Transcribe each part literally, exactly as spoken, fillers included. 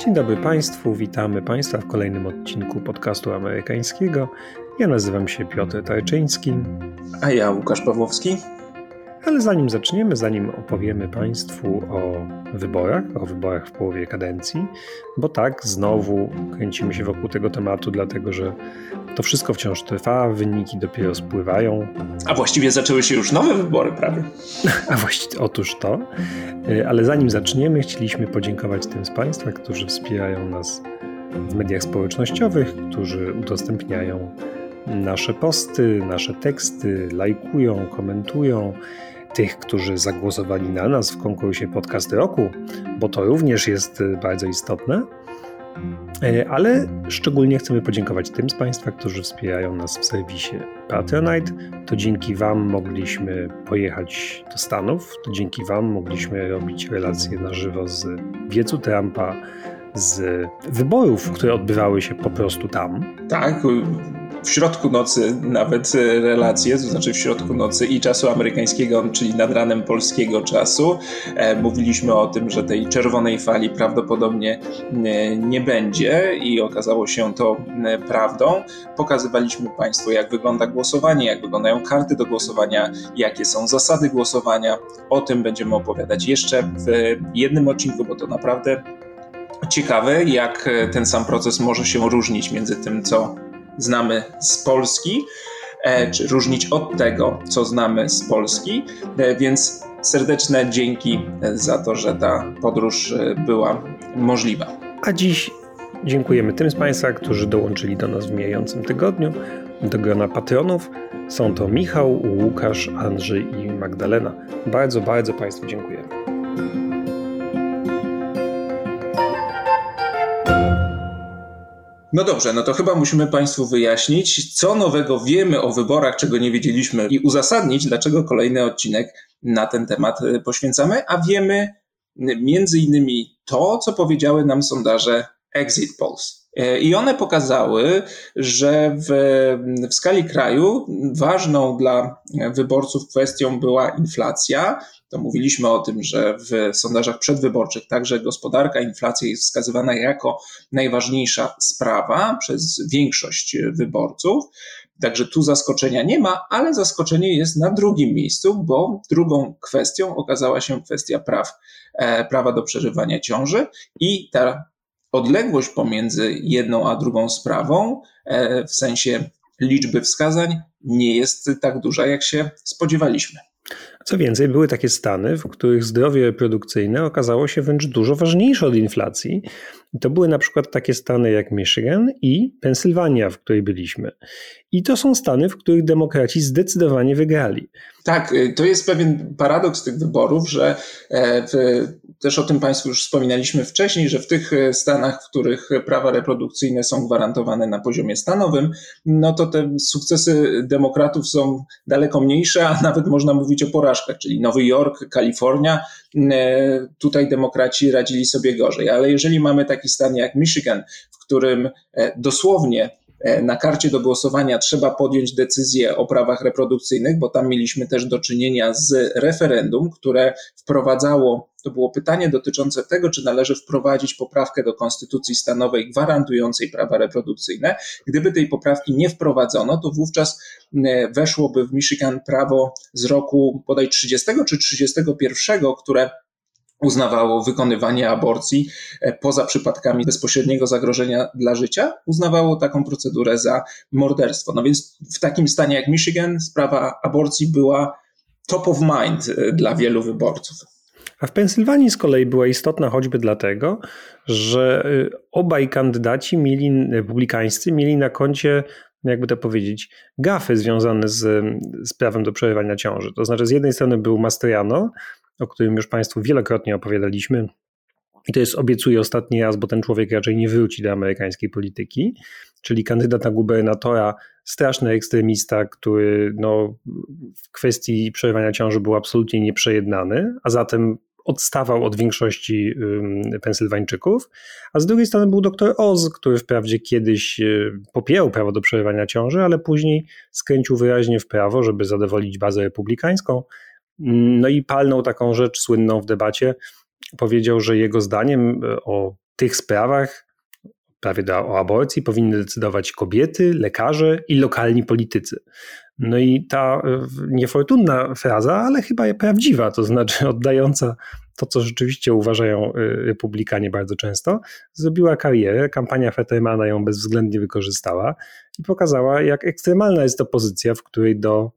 Dzień dobry Państwu, witamy Państwa w kolejnym odcinku podcastu amerykańskiego. Ja nazywam się Piotr Tarczyński. A ja Łukasz Pawłowski. Ale zanim zaczniemy, zanim opowiemy Państwu o wyborach, o wyborach w połowie kadencji, bo tak, znowu kręcimy się wokół tego tematu, dlatego że to wszystko wciąż trwa, wyniki dopiero spływają. A właściwie zaczęły się już nowe wybory prawie. A właściwie, otóż to. Ale zanim zaczniemy, chcieliśmy podziękować tym z Państwa, którzy wspierają nas w mediach społecznościowych, którzy udostępniają nasze posty, nasze teksty, lajkują, komentują. Tych, którzy zagłosowali na nas w konkursie Podcast Roku, bo to również jest bardzo istotne. Ale szczególnie chcemy podziękować tym z Państwa, którzy wspierają nas w serwisie Patronite. To dzięki Wam mogliśmy pojechać do Stanów, to dzięki Wam mogliśmy robić relacje na żywo z wiecu Trumpa, z wyborów, które odbywały się po prostu tam. Tak, w środku nocy nawet relacje, to znaczy w środku nocy i czasu amerykańskiego, czyli nad ranem polskiego czasu. E, mówiliśmy o tym, że tej czerwonej fali prawdopodobnie nie, nie będzie i okazało się to prawdą. Pokazywaliśmy Państwu, jak wygląda głosowanie, jak wyglądają karty do głosowania, jakie są zasady głosowania. O tym będziemy opowiadać jeszcze w jednym odcinku, bo to naprawdę ciekawe, jak ten sam proces może się różnić między tym, co znamy z Polski, czy różnić od tego, co znamy z Polski, więc serdeczne dzięki za to, że ta podróż była możliwa. A dziś dziękujemy tym z Państwa, którzy dołączyli do nas w mijającym tygodniu do grona patronów. Są to Michał, Łukasz, Andrzej i Magdalena. Bardzo, bardzo Państwu dziękujemy. No dobrze, no to chyba musimy Państwu wyjaśnić, co nowego wiemy o wyborach, czego nie wiedzieliśmy i uzasadnić, dlaczego kolejny odcinek na ten temat poświęcamy, a wiemy między innymi to, co powiedziały nam sondaże Exit Polls. I one pokazały, że w, w skali kraju ważną dla wyborców kwestią była inflacja. To mówiliśmy o tym, że w sondażach przedwyborczych także gospodarka, inflacja jest wskazywana jako najważniejsza sprawa przez większość wyborców. Także tu zaskoczenia nie ma, ale zaskoczenie jest na drugim miejscu, bo drugą kwestią okazała się kwestia praw, prawa do przerywania ciąży i ta odległość pomiędzy jedną a drugą sprawą w sensie liczby wskazań nie jest tak duża, jak się spodziewaliśmy. Co więcej, były takie stany, w których zdrowie reprodukcyjne okazało się wręcz dużo ważniejsze od inflacji. I to były na przykład takie stany jak Michigan i Pensylwania, w której byliśmy. I to są stany, w których demokraci zdecydowanie wygrali. Tak, to jest pewien paradoks tych wyborów, że w, też o tym Państwu już wspominaliśmy wcześniej, że w tych stanach, w których prawa reprodukcyjne są gwarantowane na poziomie stanowym, no to te sukcesy demokratów są daleko mniejsze, a nawet można mówić o porażkach, czyli Nowy Jork, Kalifornia, tutaj demokraci radzili sobie gorzej. Ale jeżeli mamy taki stan jak Michigan, w którym dosłownie na karcie do głosowania trzeba podjąć decyzję o prawach reprodukcyjnych, bo tam mieliśmy też do czynienia z referendum, które wprowadzało, to było pytanie dotyczące tego, czy należy wprowadzić poprawkę do konstytucji stanowej gwarantującej prawa reprodukcyjne. Gdyby tej poprawki nie wprowadzono, to wówczas weszłoby w Michigan prawo z roku bodaj trzydziestego czy trzydziestego pierwszego, które uznawało wykonywanie aborcji poza przypadkami bezpośredniego zagrożenia dla życia, uznawało taką procedurę za morderstwo. No więc w takim stanie jak Michigan sprawa aborcji była top of mind dla wielu wyborców. A w Pensylwanii z kolei była istotna choćby dlatego, że obaj kandydaci mieli, republikańscy mieli na koncie, jakby to powiedzieć, gafy związane z, z prawem do przerywania ciąży. To znaczy z jednej strony był Mastriano, o którym już Państwu wielokrotnie opowiadaliśmy. I to jest, obiecuję, ostatni raz, bo ten człowiek raczej nie wróci do amerykańskiej polityki, czyli kandydat na gubernatora, straszny ekstremista, który no, w kwestii przerywania ciąży był absolutnie nieprzejednany, a zatem odstawał od większości um, Pensylwańczyków, a z drugiej strony był doktor Oz, który wprawdzie kiedyś popierał prawo do przerywania ciąży, ale później skręcił wyraźnie w prawo, żeby zadowolić bazę republikańską. No i palnął taką rzecz słynną w debacie. Powiedział, że jego zdaniem o tych sprawach, prawie do, o aborcji, powinny decydować kobiety, lekarze i lokalni politycy. No i ta niefortunna fraza, ale chyba prawdziwa, to znaczy oddająca to, co rzeczywiście uważają republikanie bardzo często, zrobiła karierę. Kampania Fettermana ją bezwzględnie wykorzystała i pokazała, jak ekstremalna jest to pozycja, w której do,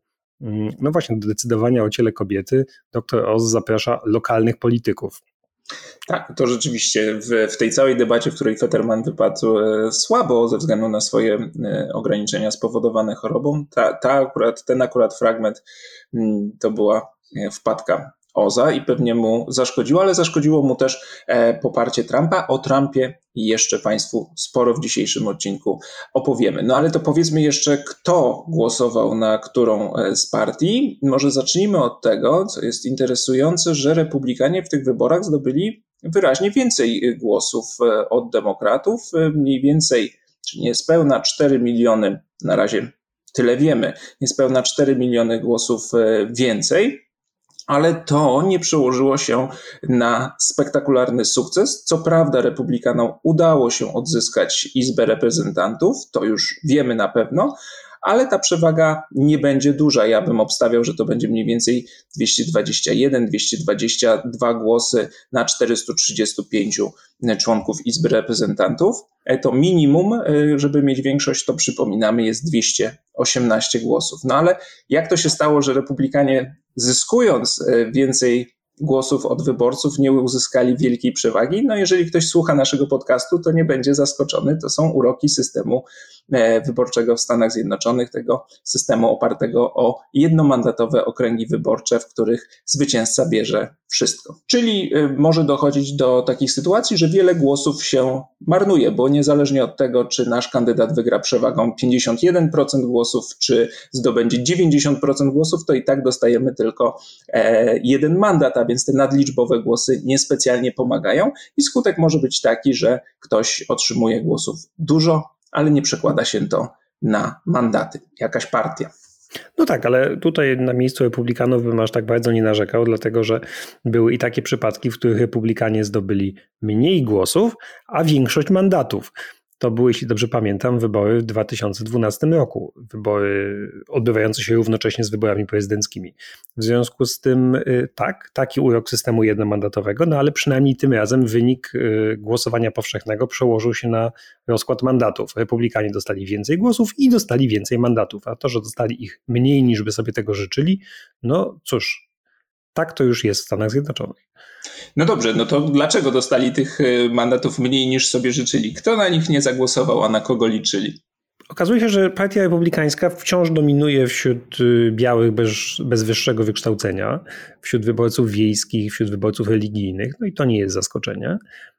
no właśnie, do decydowania o ciele kobiety dr Oz zaprasza lokalnych polityków. Tak, to rzeczywiście w, w tej całej debacie, w której Fetterman wypadł e, słabo ze względu na swoje e, ograniczenia spowodowane chorobą, ta, ta akurat, ten akurat fragment m, to była e, wpadka Oza i pewnie mu zaszkodziło, ale zaszkodziło mu też e, poparcie Trumpa. O Trumpie jeszcze Państwu sporo w dzisiejszym odcinku opowiemy. No ale to powiedzmy jeszcze, kto głosował na którą z partii. Może zacznijmy od tego, co jest interesujące, że republikanie w tych wyborach zdobyli wyraźnie więcej głosów od demokratów, mniej więcej, czy niespełna cztery miliony, na razie tyle wiemy, niespełna cztery miliony głosów więcej. Ale to nie przełożyło się na spektakularny sukces. Co prawda republikanom udało się odzyskać Izbę Reprezentantów, to już wiemy na pewno, ale ta przewaga nie będzie duża. Ja bym obstawiał, że to będzie mniej więcej dwieście dwadzieścia jeden, dwieście dwadzieścia dwa głosy na czterysta trzydzieści pięć członków Izby Reprezentantów. To minimum, żeby mieć większość, to przypominamy, jest dwieście osiemnaście głosów. No ale jak to się stało, że republikanie, zyskując więcej głosów od wyborców, nie uzyskali wielkiej przewagi? No jeżeli ktoś słucha naszego podcastu, to nie będzie zaskoczony. To są uroki systemu wyborczego w Stanach Zjednoczonych, tego systemu opartego o jednomandatowe okręgi wyborcze, w których zwycięzca bierze wszystko. Czyli może dochodzić do takich sytuacji, że wiele głosów się marnuje, bo niezależnie od tego, czy nasz kandydat wygra przewagą pięćdziesiąt jeden procent głosów, czy zdobędzie dziewięćdziesiąt procent głosów, to i tak dostajemy tylko jeden mandat, a więc te nadliczbowe głosy niespecjalnie pomagają i skutek może być taki, że ktoś otrzymuje głosów dużo, ale nie przekłada się to na mandaty, jakaś partia. No tak, ale tutaj na miejscu republikanów bym aż tak bardzo nie narzekał, dlatego że były i takie przypadki, w których republikanie zdobyli mniej głosów, a większość mandatów. To były, jeśli dobrze pamiętam, wybory w dwa tysiące dwunastym roku. Wybory odbywające się równocześnie z wyborami prezydenckimi. W związku z tym tak, taki urok systemu jednomandatowego, no ale przynajmniej tym razem wynik głosowania powszechnego przełożył się na rozkład mandatów. Republikanie dostali więcej głosów i dostali więcej mandatów, a to, że dostali ich mniej niż by sobie tego życzyli, no cóż, tak to już jest w Stanach Zjednoczonych. No dobrze, no to dlaczego dostali tych mandatów mniej niż sobie życzyli? Kto na nich nie zagłosował, a na kogo liczyli? Okazuje się, że partia republikańska wciąż dominuje wśród białych bez, bez wyższego wykształcenia, wśród wyborców wiejskich, wśród wyborców religijnych, no i to nie jest zaskoczenie.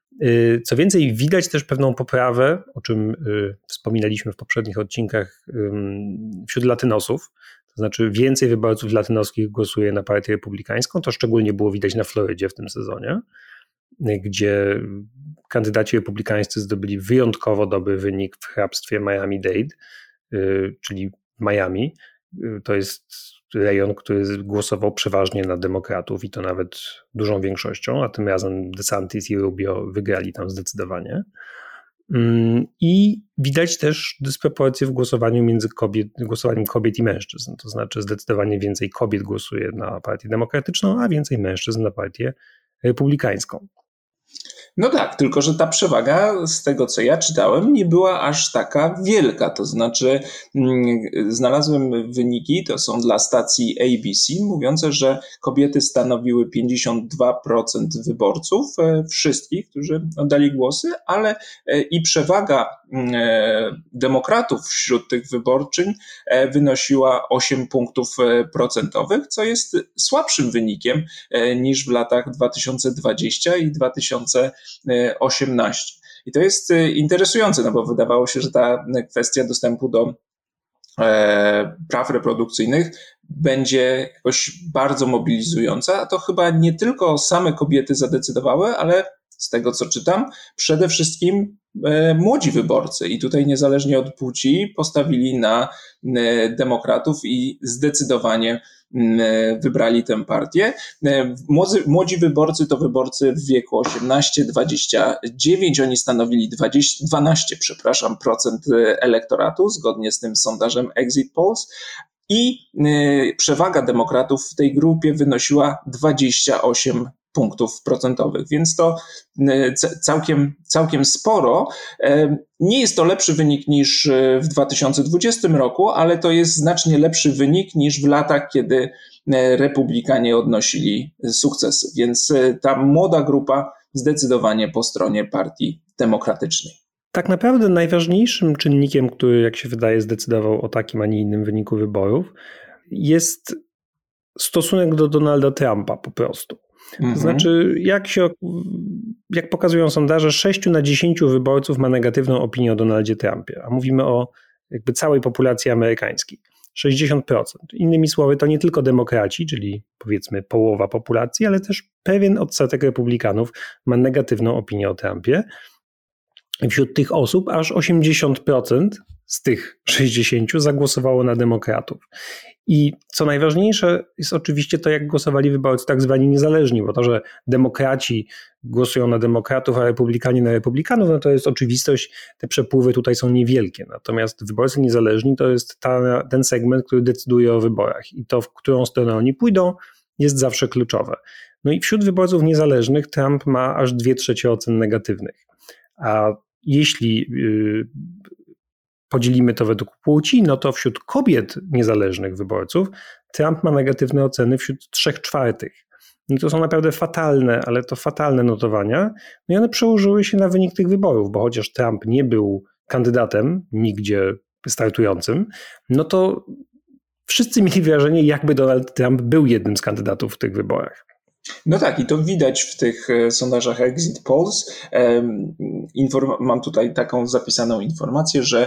Co więcej, widać też pewną poprawę, o czym wspominaliśmy w poprzednich odcinkach, wśród latynosów. To znaczy więcej wyborców latynoskich głosuje na partię republikańską. To szczególnie było widać na Florydzie w tym sezonie, gdzie kandydaci republikańscy zdobyli wyjątkowo dobry wynik w hrabstwie Miami-Dade, czyli Miami. To jest rejon, który głosował przeważnie na demokratów i to nawet dużą większością, a tym razem DeSantis i Rubio wygrali tam zdecydowanie. I widać też dysproporcje w głosowaniu między kobiet, głosowaniem kobiet i mężczyzn. To znaczy zdecydowanie więcej kobiet głosuje na partię demokratyczną, a więcej mężczyzn na partię republikańską. No tak, tylko że ta przewaga, z tego co ja czytałem, nie była aż taka wielka. To znaczy mm, znalazłem wyniki, to są dla stacji A B C, mówiące, że kobiety stanowiły pięćdziesiąt dwa procent wyborców, e, wszystkich, którzy oddali głosy, ale e, i przewaga e, demokratów wśród tych wyborczyń e, wynosiła osiem punktów procentowych, co jest słabszym wynikiem e, niż w latach dwa tysiące dwudziestym i dwa tysiące osiemnastym. I to jest interesujące, no bo wydawało się, że ta kwestia dostępu do e, praw reprodukcyjnych będzie jakoś bardzo mobilizująca, a to chyba nie tylko same kobiety zadecydowały, ale z tego co czytam, przede wszystkim młodzi wyborcy i tutaj niezależnie od płci postawili na demokratów i zdecydowanie wybrali tę partię. Młodzi, młodzi wyborcy to wyborcy w wieku osiemnaście do dwudziestu dziewięciu, oni stanowili dwadzieścia, dwanaście przepraszam, procent elektoratu zgodnie z tym sondażem Exit Polls i przewaga demokratów w tej grupie wynosiła dwadzieścia osiem punktów procentowych, więc to całkiem, całkiem sporo. Nie jest to lepszy wynik niż w dwa tysiące dwudziestym roku, ale to jest znacznie lepszy wynik niż w latach, kiedy republikanie odnosili sukcesy, więc ta młoda grupa zdecydowanie po stronie Partii Demokratycznej. Tak naprawdę najważniejszym czynnikiem, który jak się wydaje zdecydował o takim, a nie innym wyniku wyborów, jest stosunek do Donalda Trumpa po prostu. To znaczy, jak, się, jak pokazują sondaże, sześć na dziesięć wyborców ma negatywną opinię o Donaldzie Trumpie, a mówimy o jakby całej populacji amerykańskiej. sześćdziesiąt procent. Innymi słowy, to nie tylko demokraci, czyli powiedzmy połowa populacji, ale też pewien odsetek republikanów ma negatywną opinię o Trumpie. I wśród tych osób aż osiemdziesiąt procent z tych sześćdziesięciu zagłosowało na demokratów. I co najważniejsze jest oczywiście to, jak głosowali wyborcy tak zwani niezależni, bo to, że demokraci głosują na demokratów, a republikanie na republikanów, no to jest oczywistość, te przepływy tutaj są niewielkie. Natomiast wyborcy niezależni to jest ta, ten segment, który decyduje o wyborach i to, w którą stronę oni pójdą, jest zawsze kluczowe. No i wśród wyborców niezależnych Trump ma aż dwie trzecie ocen negatywnych. A jeśli yy, podzielimy to według płci, no to wśród kobiet niezależnych wyborców Trump ma negatywne oceny wśród trzech czwartych. No to są naprawdę fatalne, ale to fatalne notowania. No i one przełożyły się na wynik tych wyborów, bo chociaż Trump nie był kandydatem nigdzie startującym, no to wszyscy mieli wrażenie, jakby Donald Trump był jednym z kandydatów w tych wyborach. No tak, i to widać w tych sondażach Exit Polls. Inform- mam tutaj taką zapisaną informację, że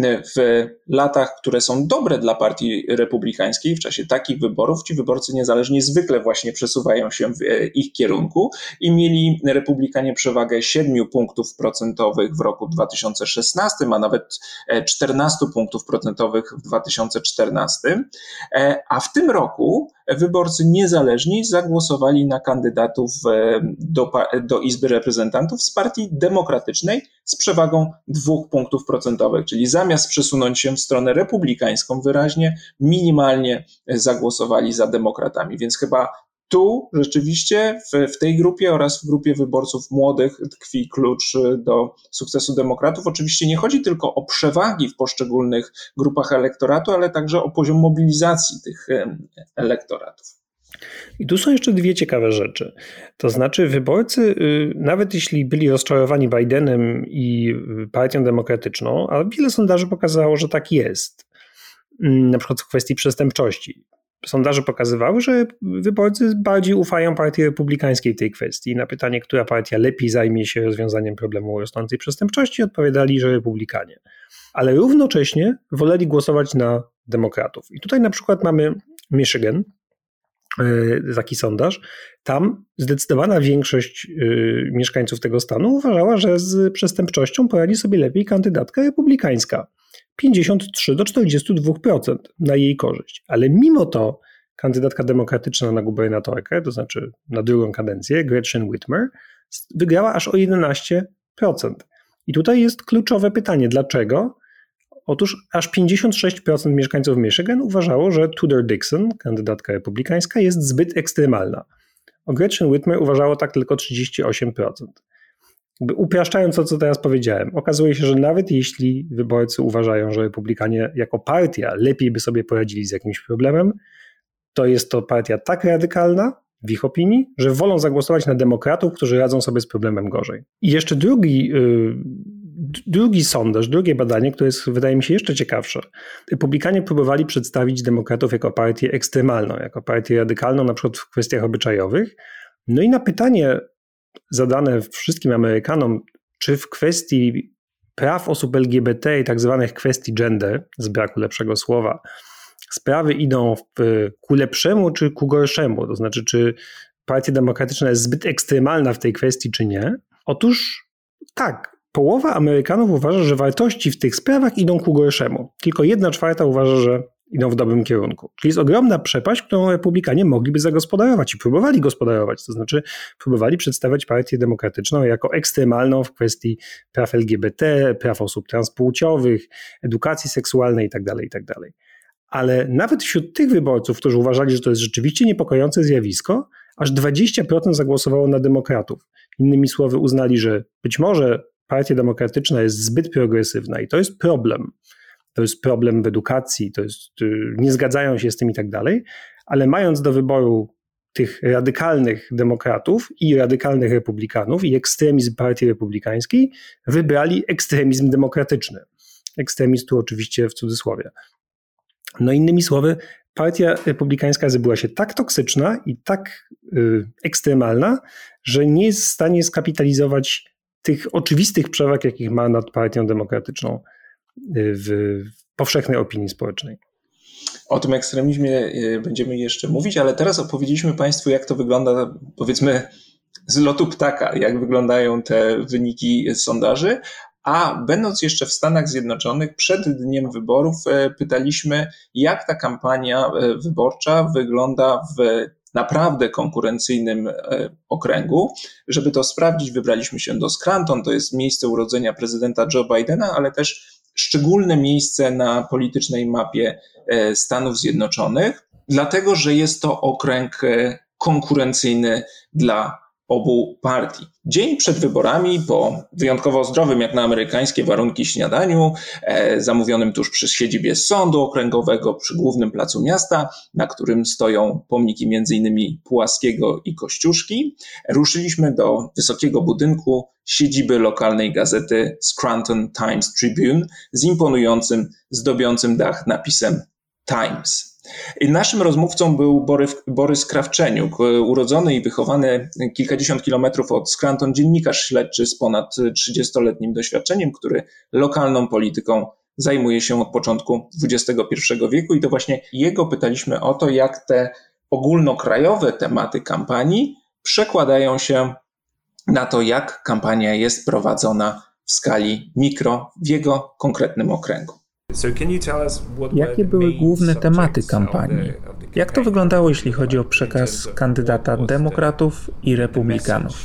w latach, które są dobre dla partii republikańskiej, w czasie takich wyborów, ci wyborcy niezależni zwykle właśnie przesuwają się w ich kierunku i mieli republikanie przewagę siedmiu punktów procentowych w roku dwa tysiące szesnastym, a nawet czternastu punktów procentowych w dwa tysiące czternastym, a w tym roku wyborcy niezależni zagłosowali na kandydatów do, do Izby Reprezentantów z Partii Demokratycznej z przewagą dwóch punktów procentowych, czyli zamiast przesunąć się w stronę republikańską wyraźnie, minimalnie zagłosowali za demokratami, więc chyba tu rzeczywiście w, w tej grupie oraz w grupie wyborców młodych tkwi klucz do sukcesu demokratów. Oczywiście nie chodzi tylko o przewagi w poszczególnych grupach elektoratu, ale także o poziom mobilizacji tych elektoratów. I tu są jeszcze dwie ciekawe rzeczy. To znaczy wyborcy, nawet jeśli byli rozczarowani Bidenem i Partią Demokratyczną, a wiele sondaży pokazało, że tak jest, na przykład w kwestii przestępczości. Sondaże pokazywały, że wyborcy bardziej ufają Partii Republikańskiej w tej kwestii. Na pytanie, która partia lepiej zajmie się rozwiązaniem problemu rosnącej przestępczości, odpowiadali, że Republikanie. Ale równocześnie woleli głosować na demokratów. I tutaj na przykład mamy Michigan, taki sondaż. Tam zdecydowana większość mieszkańców tego stanu uważała, że z przestępczością poradzi sobie lepiej kandydatka republikańska. pięćdziesiąt trzy do czterdziestu dwóch procent na jej korzyść. Ale mimo to kandydatka demokratyczna na gubernatorkę, to znaczy na drugą kadencję, Gretchen Whitmer, wygrała aż o jedenaście procent. I tutaj jest kluczowe pytanie, dlaczego? Otóż aż pięćdziesiąt sześć procent mieszkańców Michigan uważało, że Tudor Dixon, kandydatka republikańska, jest zbyt ekstremalna. O Gretchen Whitmer uważało tak tylko trzydzieści osiem procent. Upraszczając to, co teraz powiedziałem, okazuje się, że nawet jeśli wyborcy uważają, że republikanie jako partia lepiej by sobie poradzili z jakimś problemem, to jest to partia tak radykalna, w ich opinii, że wolą zagłosować na demokratów, którzy radzą sobie z problemem gorzej. I jeszcze drugi, yy, drugi sondaż, drugie badanie, które jest, wydaje mi się, jeszcze ciekawsze. Republikanie próbowali przedstawić demokratów jako partię ekstremalną, jako partię radykalną, na przykład w kwestiach obyczajowych. No i na pytanie zadane wszystkim Amerykanom, czy w kwestii praw osób L G B T i tak zwanych kwestii gender, z braku lepszego słowa, sprawy idą w, ku lepszemu czy ku gorszemu, to znaczy czy Partia Demokratyczna jest zbyt ekstremalna w tej kwestii, czy nie? Otóż tak, połowa Amerykanów uważa, że wartości w tych sprawach idą ku gorszemu. Tylko jedna czwarta uważa, że idą w dobrym kierunku. Czyli jest ogromna przepaść, którą republikanie mogliby zagospodarować i próbowali gospodarować. To znaczy próbowali przedstawiać Partię Demokratyczną jako ekstremalną w kwestii praw L G B T, praw osób transpłciowych, edukacji seksualnej itd., itd. Ale nawet wśród tych wyborców, którzy uważali, że to jest rzeczywiście niepokojące zjawisko, aż dwadzieścia procent zagłosowało na demokratów. Innymi słowy uznali, że być może Partia Demokratyczna jest zbyt progresywna i to jest problem. To jest problem w edukacji, to jest, nie zgadzają się z tym i tak dalej, ale mając do wyboru tych radykalnych demokratów i radykalnych republikanów i ekstremizm partii republikańskiej, wybrali ekstremizm demokratyczny. Ekstremizm tu oczywiście w cudzysłowie. No innymi słowy, partia republikańska zrobiła się tak toksyczna i tak y, ekstremalna, że nie jest w stanie skapitalizować tych oczywistych przewag, jakich ma nad partią demokratyczną w powszechnej opinii społecznej. O tym ekstremizmie będziemy jeszcze mówić, ale teraz opowiedzieliśmy Państwu, jak to wygląda, powiedzmy, z lotu ptaka, jak wyglądają te wyniki sondaży, a będąc jeszcze w Stanach Zjednoczonych, przed dniem wyborów pytaliśmy, jak ta kampania wyborcza wygląda w naprawdę konkurencyjnym okręgu. Żeby to sprawdzić, wybraliśmy się do Scranton, to jest miejsce urodzenia prezydenta Joe Bidena, ale też szczególne miejsce na politycznej mapie Stanów Zjednoczonych, dlatego że jest to okręg konkurencyjny dla obu partii. Dzień przed wyborami, po wyjątkowo zdrowym jak na amerykańskie warunki śniadaniu, e, zamówionym tuż przy siedzibie sądu okręgowego przy głównym placu miasta, na którym stoją pomniki między innymi Pułaskiego i Kościuszki, ruszyliśmy do wysokiego budynku siedziby lokalnej gazety Scranton Times Tribune z imponującym, zdobiącym dach napisem Times. Naszym rozmówcą był Borys Krawczeniuk, urodzony i wychowany kilkadziesiąt kilometrów od Scranton dziennikarz śledczy z ponad trzydziestoletnim doświadczeniem, który lokalną polityką zajmuje się od początku dwudziestego pierwszego wieku i to właśnie jego pytaliśmy o to, jak te ogólnokrajowe tematy kampanii przekładają się na to, jak kampania jest prowadzona w skali mikro w jego konkretnym okręgu. Jakie były główne tematy kampanii? Jak to wyglądało, jeśli chodzi o przekaz kandydata demokratów i republikanów?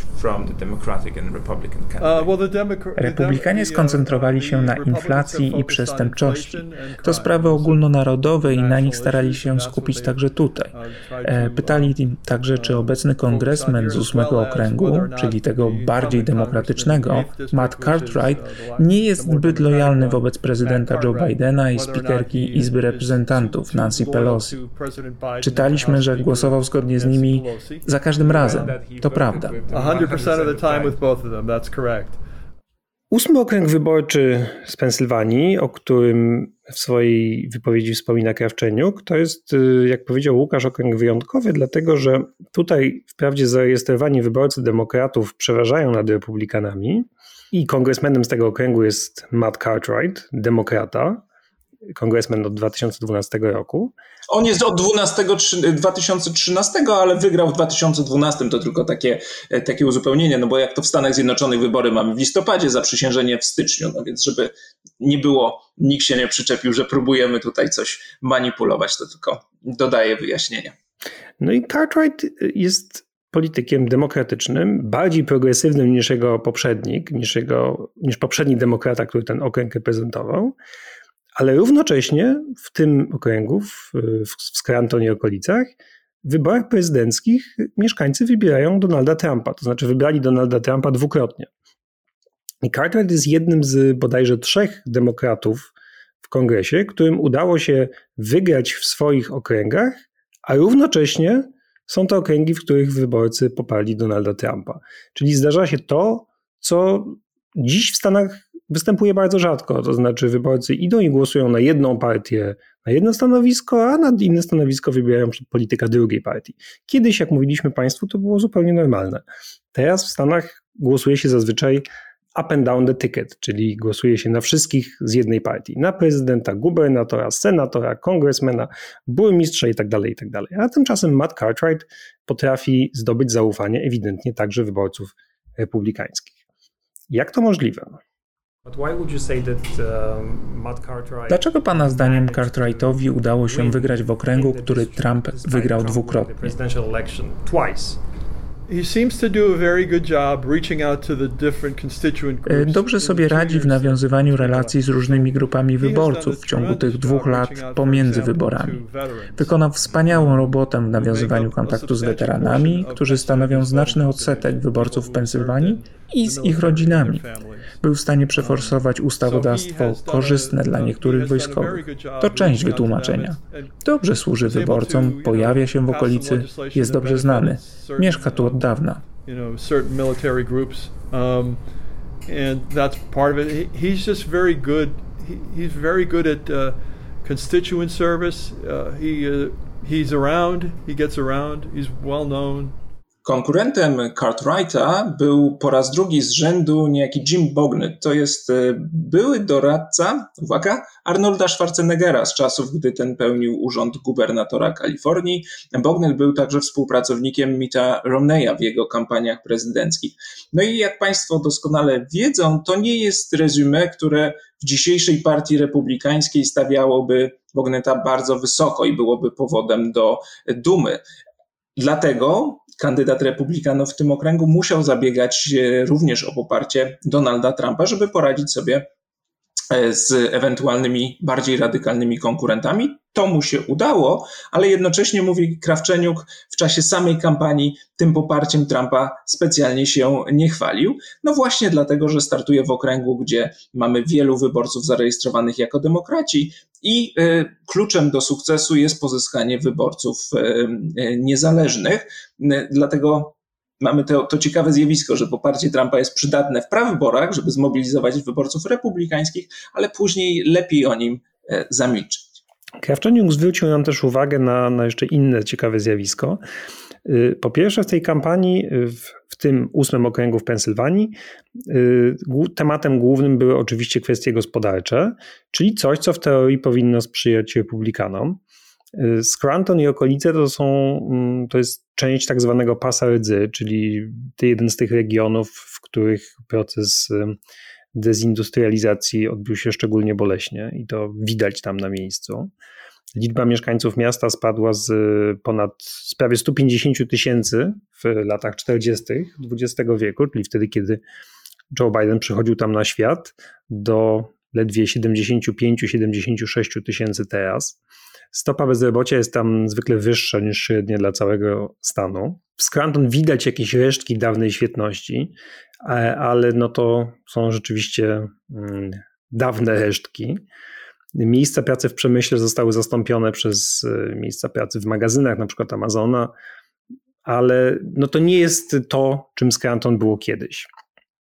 Republikanie skoncentrowali się na inflacji i przestępczości. To sprawy ogólnonarodowe i na nich starali się skupić także tutaj. Pytali także, czy obecny kongresmen z ósmego okręgu, czyli tego bardziej demokratycznego, Matt Cartwright, nie jest zbyt lojalny wobec prezydenta Joe Bidena i spikerki Izby Reprezentantów Nancy Pelosi. Czytaliśmy, że głosował zgodnie z nimi za każdym razem. To prawda. Ósmy okręg wyborczy z Pensylwanii, o którym w swojej wypowiedzi wspomina Krawczeniuk, to jest, jak powiedział Łukasz, okręg wyjątkowy, dlatego że tutaj wprawdzie zarejestrowani wyborcy demokratów przeważają nad republikanami i kongresmenem z tego okręgu jest Matt Cartwright, demokrata, kongresmen od dwa tysiące dwunastego roku. On jest od dwa tysiące trzynastego, ale wygrał w dwa tysiące dwunastym. To tylko takie, takie uzupełnienie, no bo jak to w Stanach Zjednoczonych wybory mamy w listopadzie, zaprzysiężenie w styczniu, no więc żeby nie było, nikt się nie przyczepił, że próbujemy tutaj coś manipulować, to tylko dodaję wyjaśnienia. No i Cartwright jest politykiem demokratycznym, bardziej progresywnym niż jego poprzednik, niż, jego, niż poprzedni demokrata, który ten okręg reprezentował. Ale równocześnie w tym okręgu, w, w Scranton i okolicach, w wyborach prezydenckich mieszkańcy wybierają Donalda Trumpa, to znaczy wybrali Donalda Trumpa dwukrotnie. I Cartwright jest jednym z bodajże trzech demokratów w kongresie, którym udało się wygrać w swoich okręgach, a równocześnie są to okręgi, w których wyborcy poparli Donalda Trumpa. Czyli zdarza się to, co dziś w Stanach występuje bardzo rzadko, to znaczy wyborcy idą i głosują na jedną partię, na jedno stanowisko, a na inne stanowisko wybierają polityka drugiej partii. Kiedyś, jak mówiliśmy Państwu, to było zupełnie normalne. Teraz w Stanach głosuje się zazwyczaj up and down the ticket, czyli głosuje się na wszystkich z jednej partii, na prezydenta, gubernatora, senatora, kongresmena, burmistrza i tak dalej, i tak dalej. A tymczasem Matt Cartwright potrafi zdobyć zaufanie ewidentnie także wyborców republikańskich. Jak to możliwe? Dlaczego pana zdaniem Cartwrightowi udało się wygrać w okręgu, który Trump wygrał dwukrotnie? Dobrze sobie radzi w nawiązywaniu relacji z różnymi grupami wyborców w ciągu tych dwóch lat pomiędzy wyborami. Wykonał wspaniałą robotę w nawiązywaniu kontaktu z weteranami, którzy stanowią znaczny odsetek wyborców w Pensylwanii i z ich rodzinami. Był w stanie przeforsować ustawodawstwo korzystne dla niektórych wojskowych. To część wytłumaczenia. Dobrze służy wyborcom, pojawia się w okolicy, jest dobrze znany. Mieszka tu od dawna. Constituent service. Uh, he uh, he's around. He gets around. He's well known. Konkurentem Cartwrighta był po raz drugi z rzędu niejaki Jim Bognett. To jest były doradca, uwaga, Arnolda Schwarzeneggera z czasów, gdy ten pełnił urząd gubernatora Kalifornii. Bognett był także współpracownikiem Mitta Romneya w jego kampaniach prezydenckich. No i jak Państwo doskonale wiedzą, to nie jest resume, które w dzisiejszej partii republikańskiej stawiałoby Bognetta bardzo wysoko i byłoby powodem do dumy. Dlatego kandydat republikanów w tym okręgu musiał zabiegać również o poparcie Donalda Trumpa, żeby poradzić sobie z ewentualnymi bardziej radykalnymi konkurentami. To mu się udało, ale jednocześnie, mówi Krawczeniuk, w czasie samej kampanii tym poparciem Trumpa specjalnie się nie chwalił. No właśnie dlatego, że startuje w okręgu, gdzie mamy wielu wyborców zarejestrowanych jako demokraci i y, kluczem do sukcesu jest pozyskanie wyborców y, y, niezależnych. Y, dlatego mamy to, to ciekawe zjawisko, że poparcie Trumpa jest przydatne w prawyborach, żeby zmobilizować wyborców republikańskich, ale później lepiej o nim y, zamilczeć. Krawczeniuk zwrócił nam też uwagę na, na jeszcze inne ciekawe zjawisko. Po pierwsze, w tej kampanii, w, w tym ósmym okręgu w Pensylwanii, tematem głównym były oczywiście kwestie gospodarcze, czyli coś, co w teorii powinno sprzyjać republikanom. Scranton i okolice to są, to jest część tak zwanego pasa rdzy, czyli jeden z tych regionów, w których proces dezindustrializacji odbył się szczególnie boleśnie i to widać tam na miejscu. Liczba mieszkańców miasta spadła z ponad z prawie sto pięćdziesiąt tysięcy w latach czterdziestych dwudziestego wieku, czyli wtedy, kiedy Joe Biden przychodził tam na świat, do ledwie siedemdziesiąt pięć do siedemdziesięciu sześciu tysięcy teraz. Stopa bezrobocia jest tam zwykle wyższa niż średnia dla całego stanu. W Scranton widać jakieś resztki dawnej świetności, ale no to są rzeczywiście dawne resztki. Miejsca pracy w przemyśle zostały zastąpione przez miejsca pracy w magazynach, na przykład Amazona, ale no to nie jest to, czym Scranton było kiedyś.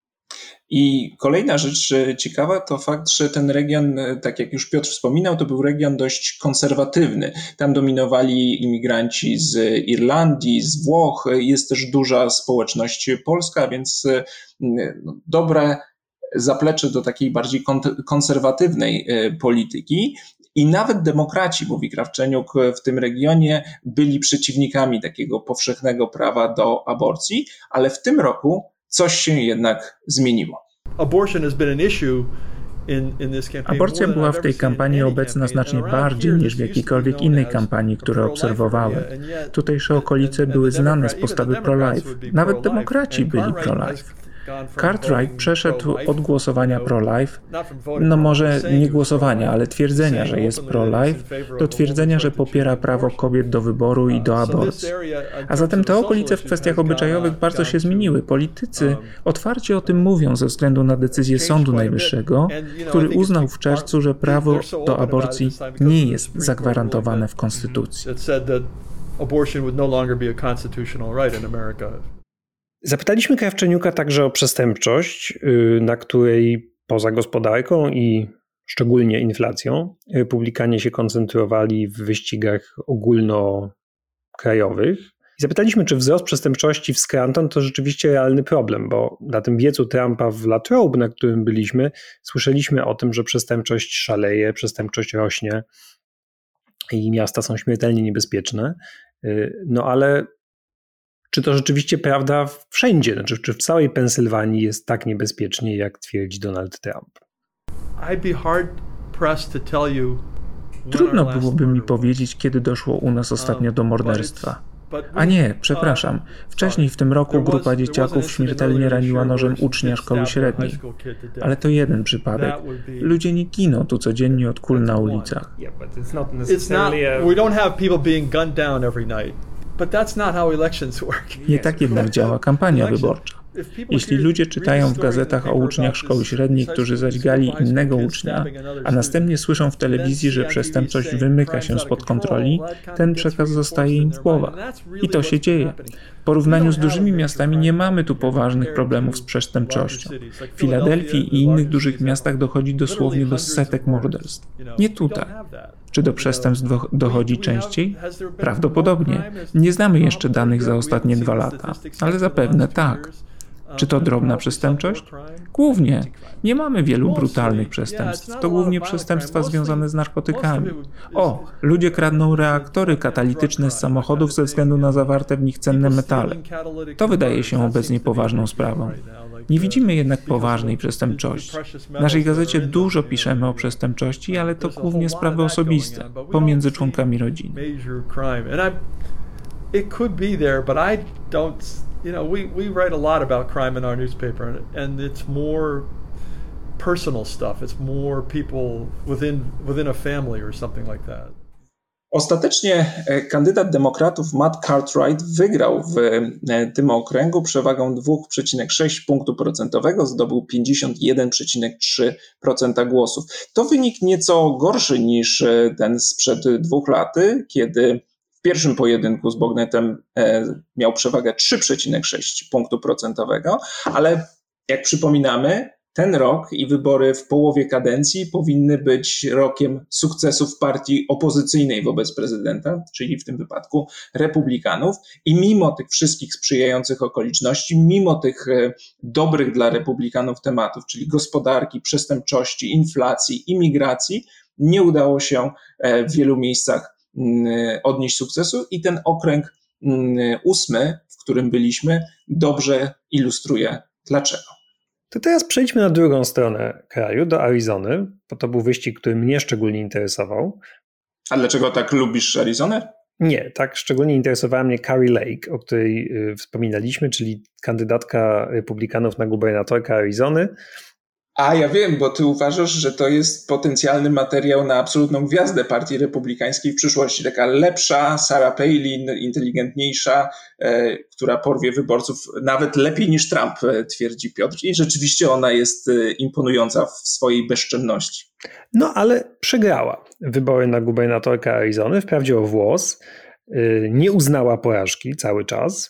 I kolejna rzecz ciekawa to fakt, że ten region, tak jak już Piotr wspominał, to był region dość konserwatywny. Tam dominowali imigranci z Irlandii, z Włoch, jest też duża społeczność polska, więc no, dobre zaplecze do takiej bardziej konserwatywnej polityki. I nawet demokraci, mówi Krawczeniuk, w tym regionie byli przeciwnikami takiego powszechnego prawa do aborcji, ale w tym roku coś się jednak zmieniło. Aborcja była w tej kampanii obecna znacznie bardziej niż w jakiejkolwiek innej kampanii, które obserwowałem. Tutejsze okolice były znane z postawy pro-life. Nawet demokraci byli pro-life. Cartwright przeszedł od głosowania pro-life, no może nie głosowania, ale twierdzenia, że jest pro-life, do twierdzenia, że popiera prawo kobiet do wyboru i do aborcji. A zatem te okolice w kwestiach obyczajowych bardzo się zmieniły. Politycy otwarcie o tym mówią ze względu na decyzję Sądu Najwyższego, który uznał w czerwcu, że prawo do aborcji nie jest zagwarantowane w Konstytucji. Zapytaliśmy Krawczeniuka także o przestępczość, na której poza gospodarką i szczególnie inflacją republikanie się koncentrowali w wyścigach ogólnokrajowych. I zapytaliśmy, czy wzrost przestępczości w Scranton to rzeczywiście realny problem, bo na tym wiecu Trumpa w Latrobe, na którym byliśmy, słyszeliśmy o tym, że przestępczość szaleje, przestępczość rośnie i miasta są śmiertelnie niebezpieczne. No ale czy to rzeczywiście prawda wszędzie? Znaczy, czy w całej Pensylwanii jest tak niebezpiecznie, jak twierdzi Donald Trump? I'd be hard pressed to tell you. Trudno byłoby mi powiedzieć, kiedy doszło u nas ostatnio do morderstwa. A nie, przepraszam. Wcześniej w tym roku grupa dzieciaków śmiertelnie raniła nożem ucznia szkoły średniej. Ale to jeden przypadek. Ludzie nie giną tu codziennie od kul na ulicach. It's not, we don't have people being gunned down every night. But that's not how elections work. Nie tak jednak działa kampania wyborcza. Jeśli ludzie czytają w gazetach o uczniach szkoły średniej, którzy zadźgali innego ucznia, a następnie słyszą w telewizji, że przestępczość wymyka się spod kontroli, ten przekaz zostaje im w głowach. I to się dzieje. W porównaniu z dużymi miastami nie mamy tu poważnych problemów z przestępczością. W Filadelfii i innych dużych miastach dochodzi dosłownie do setek morderstw. Nie tutaj. Czy do przestępstw dochodzi częściej? Prawdopodobnie. Nie znamy jeszcze danych za ostatnie dwa lata, ale zapewne tak. Czy to drobna przestępczość? Głównie. Nie mamy wielu brutalnych przestępstw. To głównie przestępstwa związane z narkotykami. O, ludzie kradną reaktory katalityczne z samochodów ze względu na zawarte w nich cenne metale. To wydaje się obecnie poważną sprawą. Nie widzimy jednak poważnej przestępczości. W naszej gazecie dużo piszemy o przestępczości, ale to głównie sprawy osobiste, pomiędzy członkami rodziny. It could be there, but I don't, you know, we, we write a lot about crime in our newspaper, and, and it's more personal stuff. It's more people within, within a family or something like that. Ostatecznie kandydat demokratów Matt Cartwright wygrał w tym okręgu przewagą dwa przecinek sześć punktu procentowego, zdobył pięćdziesiąt jeden przecinek trzy procent głosów. To wynik nieco gorszy niż ten sprzed dwóch lat, kiedy w pierwszym pojedynku z Bognetem miał przewagę trzy przecinek sześć punktu procentowego, ale jak przypominamy, ten rok i wybory w połowie kadencji powinny być rokiem sukcesów partii opozycyjnej wobec prezydenta, czyli w tym wypadku Republikanów. I mimo tych wszystkich sprzyjających okoliczności, mimo tych dobrych dla Republikanów tematów, czyli gospodarki, przestępczości, inflacji, imigracji, nie udało się w wielu miejscach odnieść sukcesu i ten okręg ósmy, w którym byliśmy, dobrze ilustruje dlaczego. To teraz przejdźmy na drugą stronę kraju, do Arizony, bo to był wyścig, który mnie szczególnie interesował. A dlaczego tak lubisz Arizonę? Nie, tak szczególnie interesowała mnie Kari Lake, o której wspominaliśmy, czyli kandydatka Republikanów na gubernatorkę Arizony. A ja wiem, bo ty uważasz, że to jest potencjalny materiał na absolutną gwiazdę partii republikańskiej w przyszłości. Taka lepsza Sarah Palin, inteligentniejsza, e, która porwie wyborców nawet lepiej niż Trump, twierdzi Piotr. I rzeczywiście ona jest imponująca w swojej bezczynności. No ale przegrała wybory na gubernatorkę Arizony, wprawdzie o włos, nie uznała porażki cały czas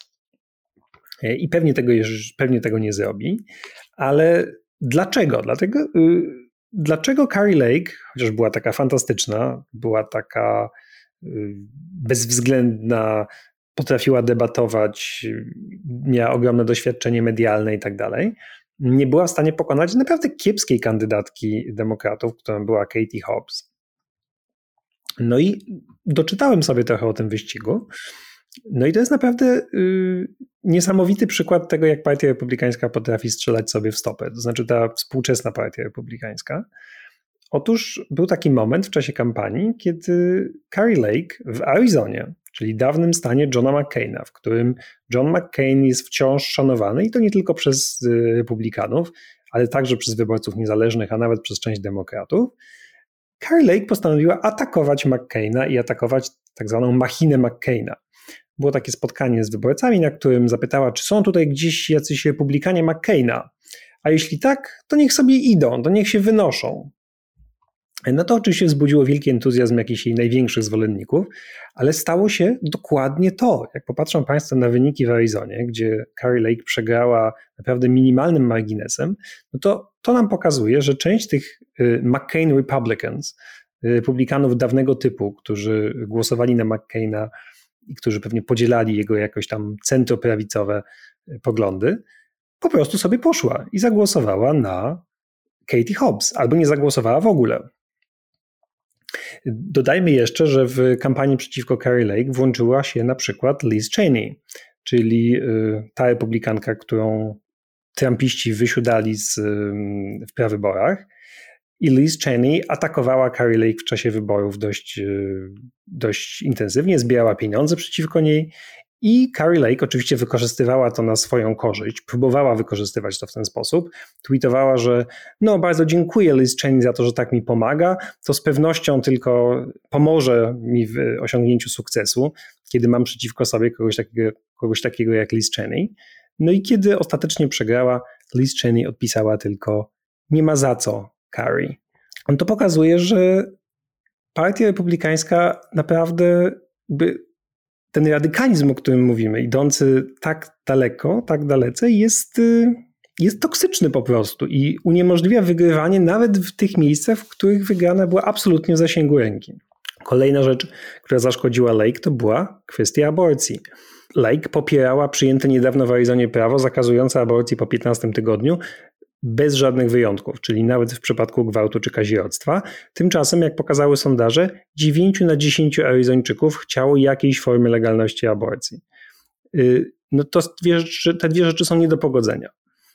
i pewnie tego, pewnie tego nie zrobi, ale dlaczego? Dlatego, yy, dlaczego Kari Lake, chociaż była taka fantastyczna, była taka yy, bezwzględna, potrafiła debatować, miała ogromne doświadczenie medialne i tak dalej, nie była w stanie pokonać naprawdę kiepskiej kandydatki demokratów, którą była Katie Hobbs. No i doczytałem sobie trochę o tym wyścigu. No i to jest naprawdę y, niesamowity przykład tego, jak partia republikańska potrafi strzelać sobie w stopę. To znaczy ta współczesna partia republikańska. Otóż był taki moment w czasie kampanii, kiedy Kari Lake w Arizonie, czyli dawnym stanie Johna McCaina, w którym John McCain jest wciąż szanowany i to nie tylko przez y, republikanów, ale także przez wyborców niezależnych, a nawet przez część demokratów, Kari Lake postanowiła atakować McCaina i atakować tak zwaną machinę McCaina. Było takie spotkanie z wyborcami, na którym zapytała, czy są tutaj gdzieś jacyś republikanie McCaina, a jeśli tak, to niech sobie idą, to niech się wynoszą. No to oczywiście wzbudziło wielki entuzjazm jakichś jej największych zwolenników, ale stało się dokładnie to. Jak popatrzą Państwo na wyniki w Arizonie, gdzie Kari Lake przegrała naprawdę minimalnym marginesem, no to to nam pokazuje, że część tych McCain Republicans, republikanów dawnego typu, którzy głosowali na McCaina i którzy pewnie podzielali jego jakoś tam centroprawicowe poglądy, po prostu sobie poszła i zagłosowała na Katie Hobbs, albo nie zagłosowała w ogóle. Dodajmy jeszcze, że w kampanii przeciwko Kari Lake włączyła się na przykład Liz Cheney, czyli ta republikanka, którą trumpiści wysiudali z, w prawyborach. I Liz Cheney atakowała Kari Lake w czasie wyborów dość, dość intensywnie, zbierała pieniądze przeciwko niej i Kari Lake oczywiście wykorzystywała to na swoją korzyść, próbowała wykorzystywać to w ten sposób. Tweetowała, że no bardzo dziękuję Liz Cheney za to, że tak mi pomaga, to z pewnością tylko pomoże mi w osiągnięciu sukcesu, kiedy mam przeciwko sobie kogoś takiego, kogoś takiego jak Liz Cheney. No i kiedy ostatecznie przegrała, Liz Cheney odpisała tylko nie ma za co, Kari. On to pokazuje, że partia republikańska naprawdę by ten radykalizm, o którym mówimy, idący tak daleko, tak dalece, jest, jest toksyczny po prostu i uniemożliwia wygrywanie nawet w tych miejscach, w których wygrana była absolutnie w zasięgu ręki. Kolejna rzecz, która zaszkodziła Lake, to była kwestia aborcji. Lake popierała przyjęte niedawno w Arizonie prawo zakazujące aborcji po piętnastym tygodniu bez żadnych wyjątków, czyli nawet w przypadku gwałtu czy kazirodztwa. Tymczasem, jak pokazały sondaże, dziewięć na dziesięć Arizończyków chciało jakiejś formy legalności aborcji. No to dwie rzeczy, te dwie rzeczy są nie do pogodzenia.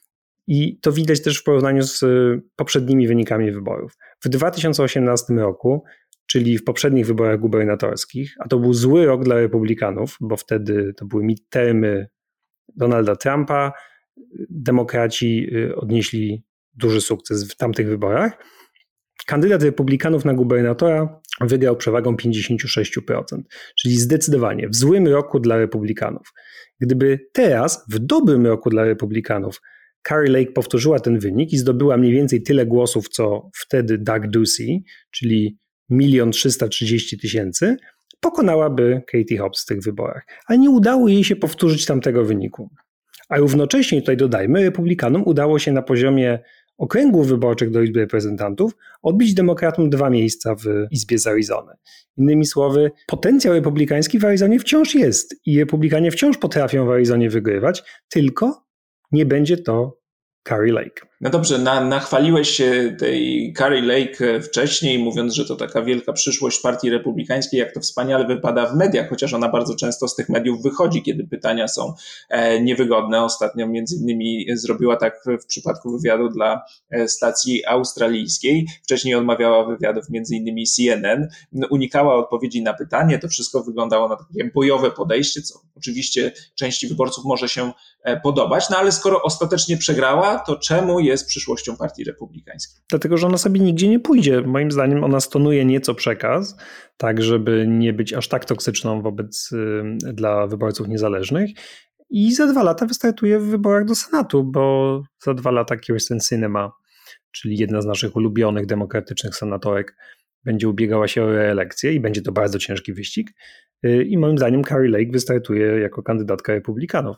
I to widać też w porównaniu z poprzednimi wynikami wyborów. W dwa tysiące osiemnastym roku, czyli w poprzednich wyborach gubernatorskich, a to był zły rok dla republikanów, bo wtedy to były midtermy Donalda Trumpa, demokraci odnieśli duży sukces w tamtych wyborach. Kandydat republikanów na gubernatora wygrał przewagą pięćdziesiąt sześć procent, czyli zdecydowanie w złym roku dla republikanów. Gdyby teraz, w dobrym roku dla republikanów, Kari Lake powtórzyła ten wynik i zdobyła mniej więcej tyle głosów, co wtedy Doug Ducey, czyli milion trzysta trzydzieści tysięcy, pokonałaby Katie Hobbs w tych wyborach. Ale nie udało jej się powtórzyć tamtego wyniku. A równocześnie, tutaj dodajmy, republikanom udało się na poziomie okręgów wyborczych do Izby Reprezentantów odbić demokratom dwa miejsca w Izbie z Arizony. Innymi słowy, potencjał republikański w Arizonie wciąż jest i republikanie wciąż potrafią w Arizonie wygrywać, tylko nie będzie to Kari Lake. No dobrze, na, nachwaliłeś się tej Kari Lake wcześniej, mówiąc, że to taka wielka przyszłość partii republikańskiej, jak to wspaniale wypada w mediach, chociaż ona bardzo często z tych mediów wychodzi, kiedy pytania są e, niewygodne. Ostatnio między innymi zrobiła tak w, w przypadku wywiadu dla e, stacji australijskiej. Wcześniej odmawiała wywiadów między innymi C N N. Unikała odpowiedzi na pytanie. To wszystko wyglądało na takie bojowe podejście, co oczywiście części wyborców może się e, podobać, no ale skoro ostatecznie przegrała, to czemu jest jest przyszłością partii republikańskiej? Dlatego, że ona sobie nigdzie nie pójdzie. Moim zdaniem ona stonuje nieco przekaz, tak żeby nie być aż tak toksyczną wobec y, dla wyborców niezależnych i za dwa lata wystartuje w wyborach do Senatu, bo za dwa lata Kyrsten Sinema, czyli jedna z naszych ulubionych demokratycznych senatorek, będzie ubiegała się o reelekcję i będzie to bardzo ciężki wyścig y, i moim zdaniem Kari Lake wystartuje jako kandydatka republikanów.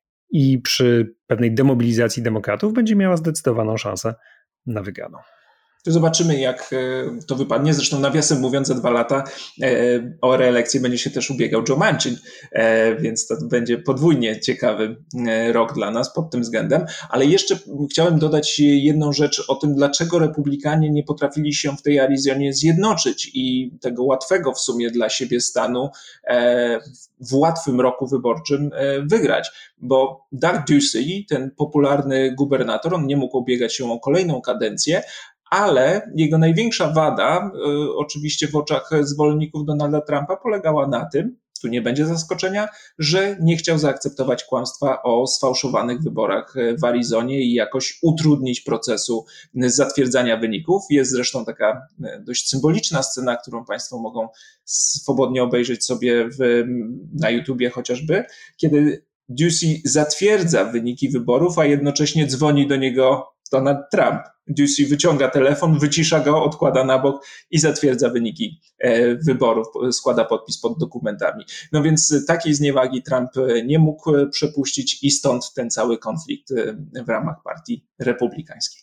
I przy pewnej demobilizacji demokratów będzie miała zdecydowaną szansę na wygraną. To zobaczymy, jak to wypadnie. Zresztą nawiasem mówiąc, za dwa lata o reelekcję będzie się też ubiegał Joe Manchin, więc to będzie podwójnie ciekawy rok dla nas pod tym względem. Ale jeszcze chciałem dodać jedną rzecz o tym, dlaczego republikanie nie potrafili się w tej Arizonie zjednoczyć i tego łatwego w sumie dla siebie stanu w łatwym roku wyborczym wygrać. Bo Doug Ducey, ten popularny gubernator, on nie mógł ubiegać się o kolejną kadencję, ale jego największa wada, y, oczywiście w oczach zwolenników Donalda Trumpa, polegała na tym, tu nie będzie zaskoczenia, że nie chciał zaakceptować kłamstwa o sfałszowanych wyborach w Arizonie i jakoś utrudnić procesu zatwierdzania wyników. Jest zresztą taka dość symboliczna scena, którą Państwo mogą swobodnie obejrzeć sobie w, na YouTubie chociażby, kiedy Ducey zatwierdza wyniki wyborów, a jednocześnie dzwoni do niego Donald Trump. Ducey wyciąga telefon, wycisza go, odkłada na bok i zatwierdza wyniki wyborów, składa podpis pod dokumentami. No więc takiej zniewagi Trump nie mógł przepuścić i stąd ten cały konflikt w ramach partii republikańskiej.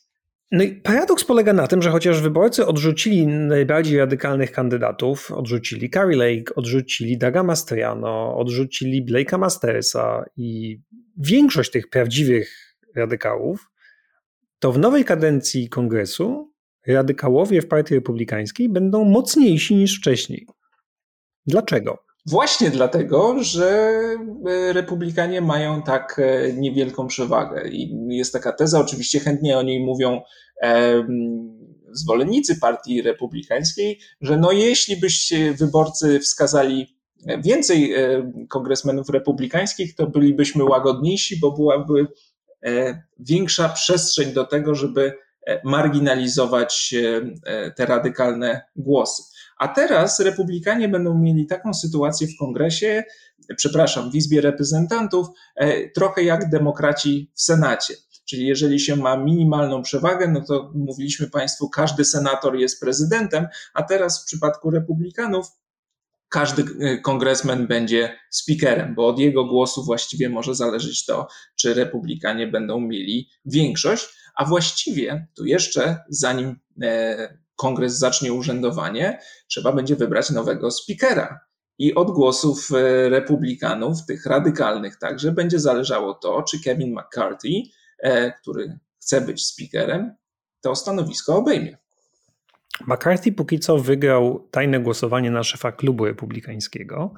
No i paradoks polega na tym, że chociaż wyborcy odrzucili najbardziej radykalnych kandydatów, odrzucili Kari Lake, odrzucili Douga Mastriano, odrzucili Blake'a Mastersa i większość tych prawdziwych radykałów, to w nowej kadencji kongresu radykałowie w Partii Republikańskiej będą mocniejsi niż wcześniej. Dlaczego? Właśnie dlatego, że republikanie mają tak niewielką przewagę. I jest taka teza, oczywiście chętnie o niej mówią e, zwolennicy Partii Republikańskiej, że no jeśli byście wyborcy wskazali więcej kongresmenów republikańskich, to bylibyśmy łagodniejsi, bo byłaby większa przestrzeń do tego, żeby marginalizować te radykalne głosy. A teraz republikanie będą mieli taką sytuację w kongresie, przepraszam, w Izbie Reprezentantów, trochę jak demokraci w Senacie. Czyli jeżeli się ma minimalną przewagę, no to mówiliśmy Państwu, każdy senator jest prezydentem, a teraz w przypadku republikanów każdy kongresmen będzie speakerem, bo od jego głosu właściwie może zależeć to, czy republikanie będą mieli większość, a właściwie tu jeszcze zanim kongres zacznie urzędowanie, trzeba będzie wybrać nowego speakera. I od głosów republikanów, tych radykalnych także, będzie zależało to, czy Kevin McCarthy, który chce być speakerem, to stanowisko obejmie. McCarthy póki co wygrał tajne głosowanie na szefa klubu republikańskiego,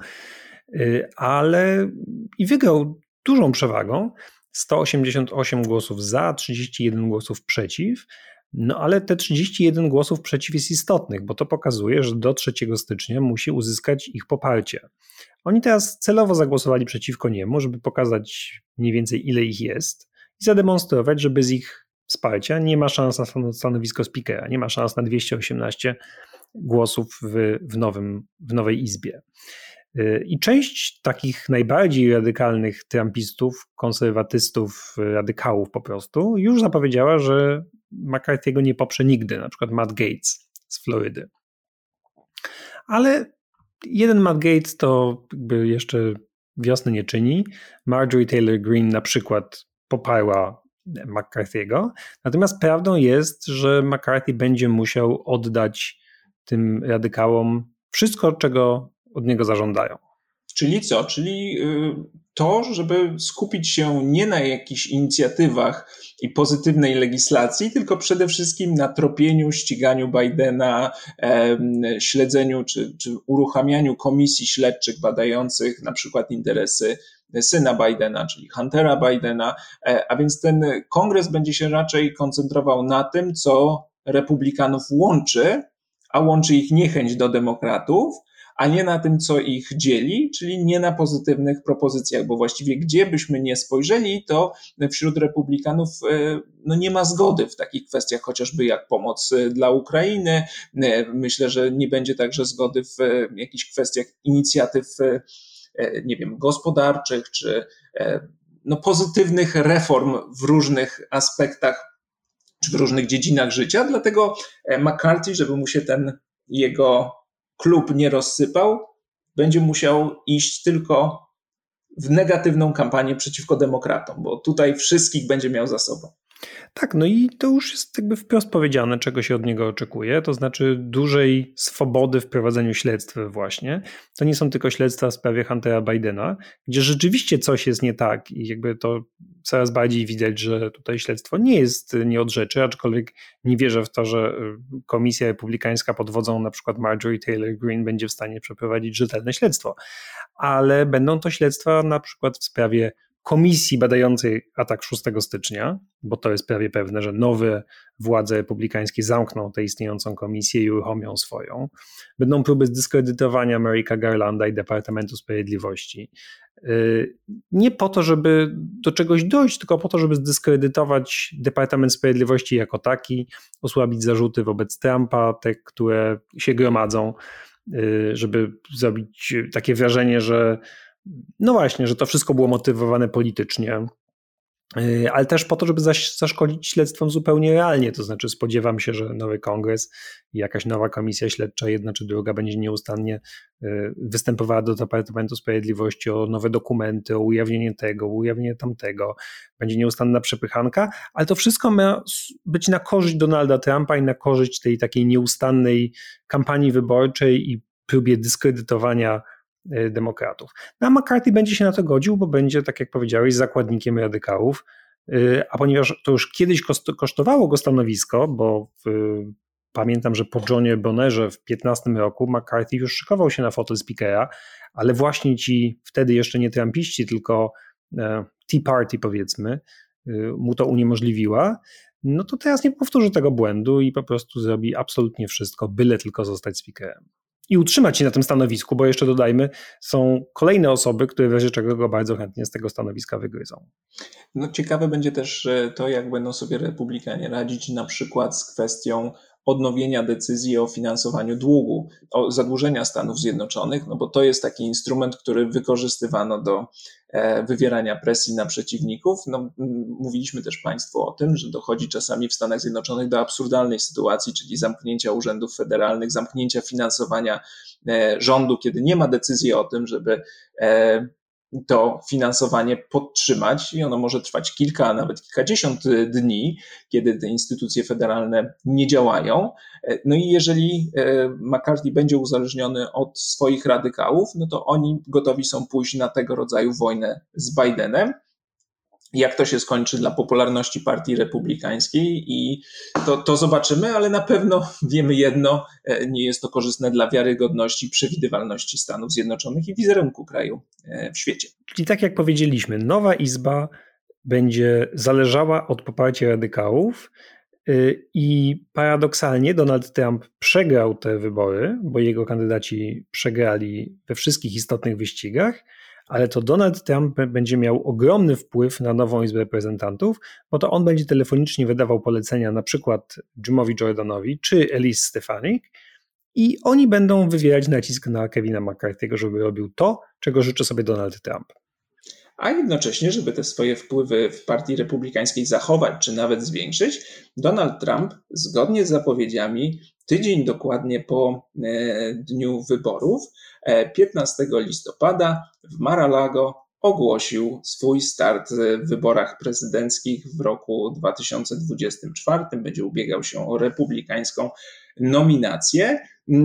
ale i wygrał dużą przewagą, sto osiemdziesiąt osiem głosów za, trzydzieści jeden głosów przeciw, no ale te trzydzieści jeden głosów przeciw jest istotnych, bo to pokazuje, że do trzeciego stycznia musi uzyskać ich poparcie. Oni teraz celowo zagłosowali przeciwko niemu, żeby pokazać mniej więcej ile ich jest i zademonstrować, że bez ich wsparcia nie ma szans na stanowisko speakera, nie ma szans na dwieście osiemnaście głosów w, w, nowym, w nowej izbie. I część takich najbardziej radykalnych trumpistów, konserwatystów, radykałów po prostu już zapowiedziała, że McCarthy'ego nie poprze nigdy, na przykład Matt Gaetz z Florydy. Ale jeden Matt Gaetz to jakby jeszcze wiosny nie czyni. Marjorie Taylor Greene na przykład poparła McCarthy'ego, natomiast prawdą jest, że McCarthy będzie musiał oddać tym radykałom wszystko, czego od niego zażądają. Czyli co? Czyli to, żeby skupić się nie na jakichś inicjatywach i pozytywnej legislacji, tylko przede wszystkim na tropieniu, ściganiu Bidena, śledzeniu czy, czy uruchamianiu komisji śledczych badających na przykład interesy syna Bidena, czyli Huntera Bidena, a więc ten kongres będzie się raczej koncentrował na tym, co republikanów łączy, a łączy ich niechęć do demokratów, a nie na tym, co ich dzieli, czyli nie na pozytywnych propozycjach, bo właściwie gdzie byśmy nie spojrzeli, to wśród republikanów no nie ma zgody w takich kwestiach, chociażby jak pomoc dla Ukrainy. Myślę, że nie będzie także zgody w jakichś kwestiach inicjatyw, nie wiem, gospodarczych, czy no, pozytywnych reform w różnych aspektach, czy w różnych dziedzinach życia, dlatego McCarthy, żeby mu się ten jego klub nie rozsypał, będzie musiał iść tylko w negatywną kampanię przeciwko demokratom, bo tutaj wszystkich będzie miał za sobą. Tak, no i to już jest jakby wprost powiedziane, czego się od niego oczekuje, to znaczy dużej swobody w prowadzeniu śledztw właśnie. To nie są tylko śledztwa w sprawie Huntera Bidena, gdzie rzeczywiście coś jest nie tak i jakby to coraz bardziej widać, że tutaj śledztwo nie jest nie od rzeczy, aczkolwiek nie wierzę w to, że Komisja Republikańska pod wodzą na przykład Marjorie Taylor Greene będzie w stanie przeprowadzić rzetelne śledztwo, ale będą to śledztwa na przykład w sprawie komisji badającej atak szóstego stycznia, bo to jest prawie pewne, że nowe władze republikańskie zamkną tę istniejącą komisję i uruchomią swoją. Będą próby zdyskredytowania Merricka Garlanda i Departamentu Sprawiedliwości. Nie po to, żeby do czegoś dojść, tylko po to, żeby zdyskredytować Departament Sprawiedliwości jako taki, osłabić zarzuty wobec Trumpa, te, które się gromadzą, żeby zrobić takie wrażenie, że no właśnie, że to wszystko było motywowane politycznie, ale też po to, żeby zaszkodzić śledztwom zupełnie realnie, to znaczy spodziewam się, że nowy kongres i jakaś nowa komisja śledcza, jedna czy druga, będzie nieustannie występowała do Departamentu Sprawiedliwości o nowe dokumenty, o ujawnienie tego, o ujawnienie tamtego, będzie nieustanna przepychanka, ale to wszystko ma być na korzyść Donalda Trumpa i na korzyść tej takiej nieustannej kampanii wyborczej i próbie dyskredytowania demokratów. No a McCarthy będzie się na to godził, bo będzie, tak jak powiedziałeś, zakładnikiem radykałów, a ponieważ to już kiedyś kosztowało go stanowisko, bo w, pamiętam, że po Johnie Bonnerze w piętnastym roku McCarthy już szykował się na fotel speakera, ale właśnie ci wtedy jeszcze nie trumpiści, tylko Tea Party powiedzmy, mu to uniemożliwiła, no to teraz nie powtórzy tego błędu i po prostu zrobi absolutnie wszystko, byle tylko zostać speakerem. I utrzymać się na tym stanowisku, bo jeszcze dodajmy, są kolejne osoby, które w razie czego go bardzo chętnie z tego stanowiska wygryzą. No ciekawe będzie też to, jak będą sobie republikanie radzić na przykład z kwestią odnowienia decyzji o finansowaniu długu, o zadłużenia Stanów Zjednoczonych, no bo to jest taki instrument, który wykorzystywano do wywierania presji na przeciwników. No, mówiliśmy też Państwu o tym, że dochodzi czasami w Stanach Zjednoczonych do absurdalnej sytuacji, czyli zamknięcia urzędów federalnych, zamknięcia finansowania rządu, kiedy nie ma decyzji o tym, żeby to finansowanie podtrzymać i ono może trwać kilka, a nawet kilkadziesiąt dni, kiedy te instytucje federalne nie działają. No i jeżeli McCarthy będzie uzależniony od swoich radykałów, no to oni gotowi są pójść na tego rodzaju wojnę z Bidenem. Jak to się skończy dla popularności partii republikańskiej i to, to zobaczymy, ale na pewno wiemy jedno, nie jest to korzystne dla wiarygodności i przewidywalności Stanów Zjednoczonych i wizerunku kraju w świecie. Czyli tak jak powiedzieliśmy, nowa izba będzie zależała od poparcia radykałów i paradoksalnie Donald Trump przegrał te wybory, bo jego kandydaci przegrali we wszystkich istotnych wyścigach, ale to Donald Trump będzie miał ogromny wpływ na nową Izbę Reprezentantów, bo to on będzie telefonicznie wydawał polecenia na przykład Jimowi Jordanowi czy Elise Stefanik i oni będą wywierać nacisk na Kevina McCarthy'ego, żeby robił to, czego życzy sobie Donald Trump. A jednocześnie, żeby te swoje wpływy w partii republikańskiej zachować, czy nawet zwiększyć, Donald Trump, zgodnie z zapowiedziami, tydzień dokładnie po dniu wyborów, piętnastego listopada w Mar-a-Lago ogłosił swój start w wyborach prezydenckich w roku dwa tysiące dwudziestym czwartym. Będzie ubiegał się o republikańską nominację.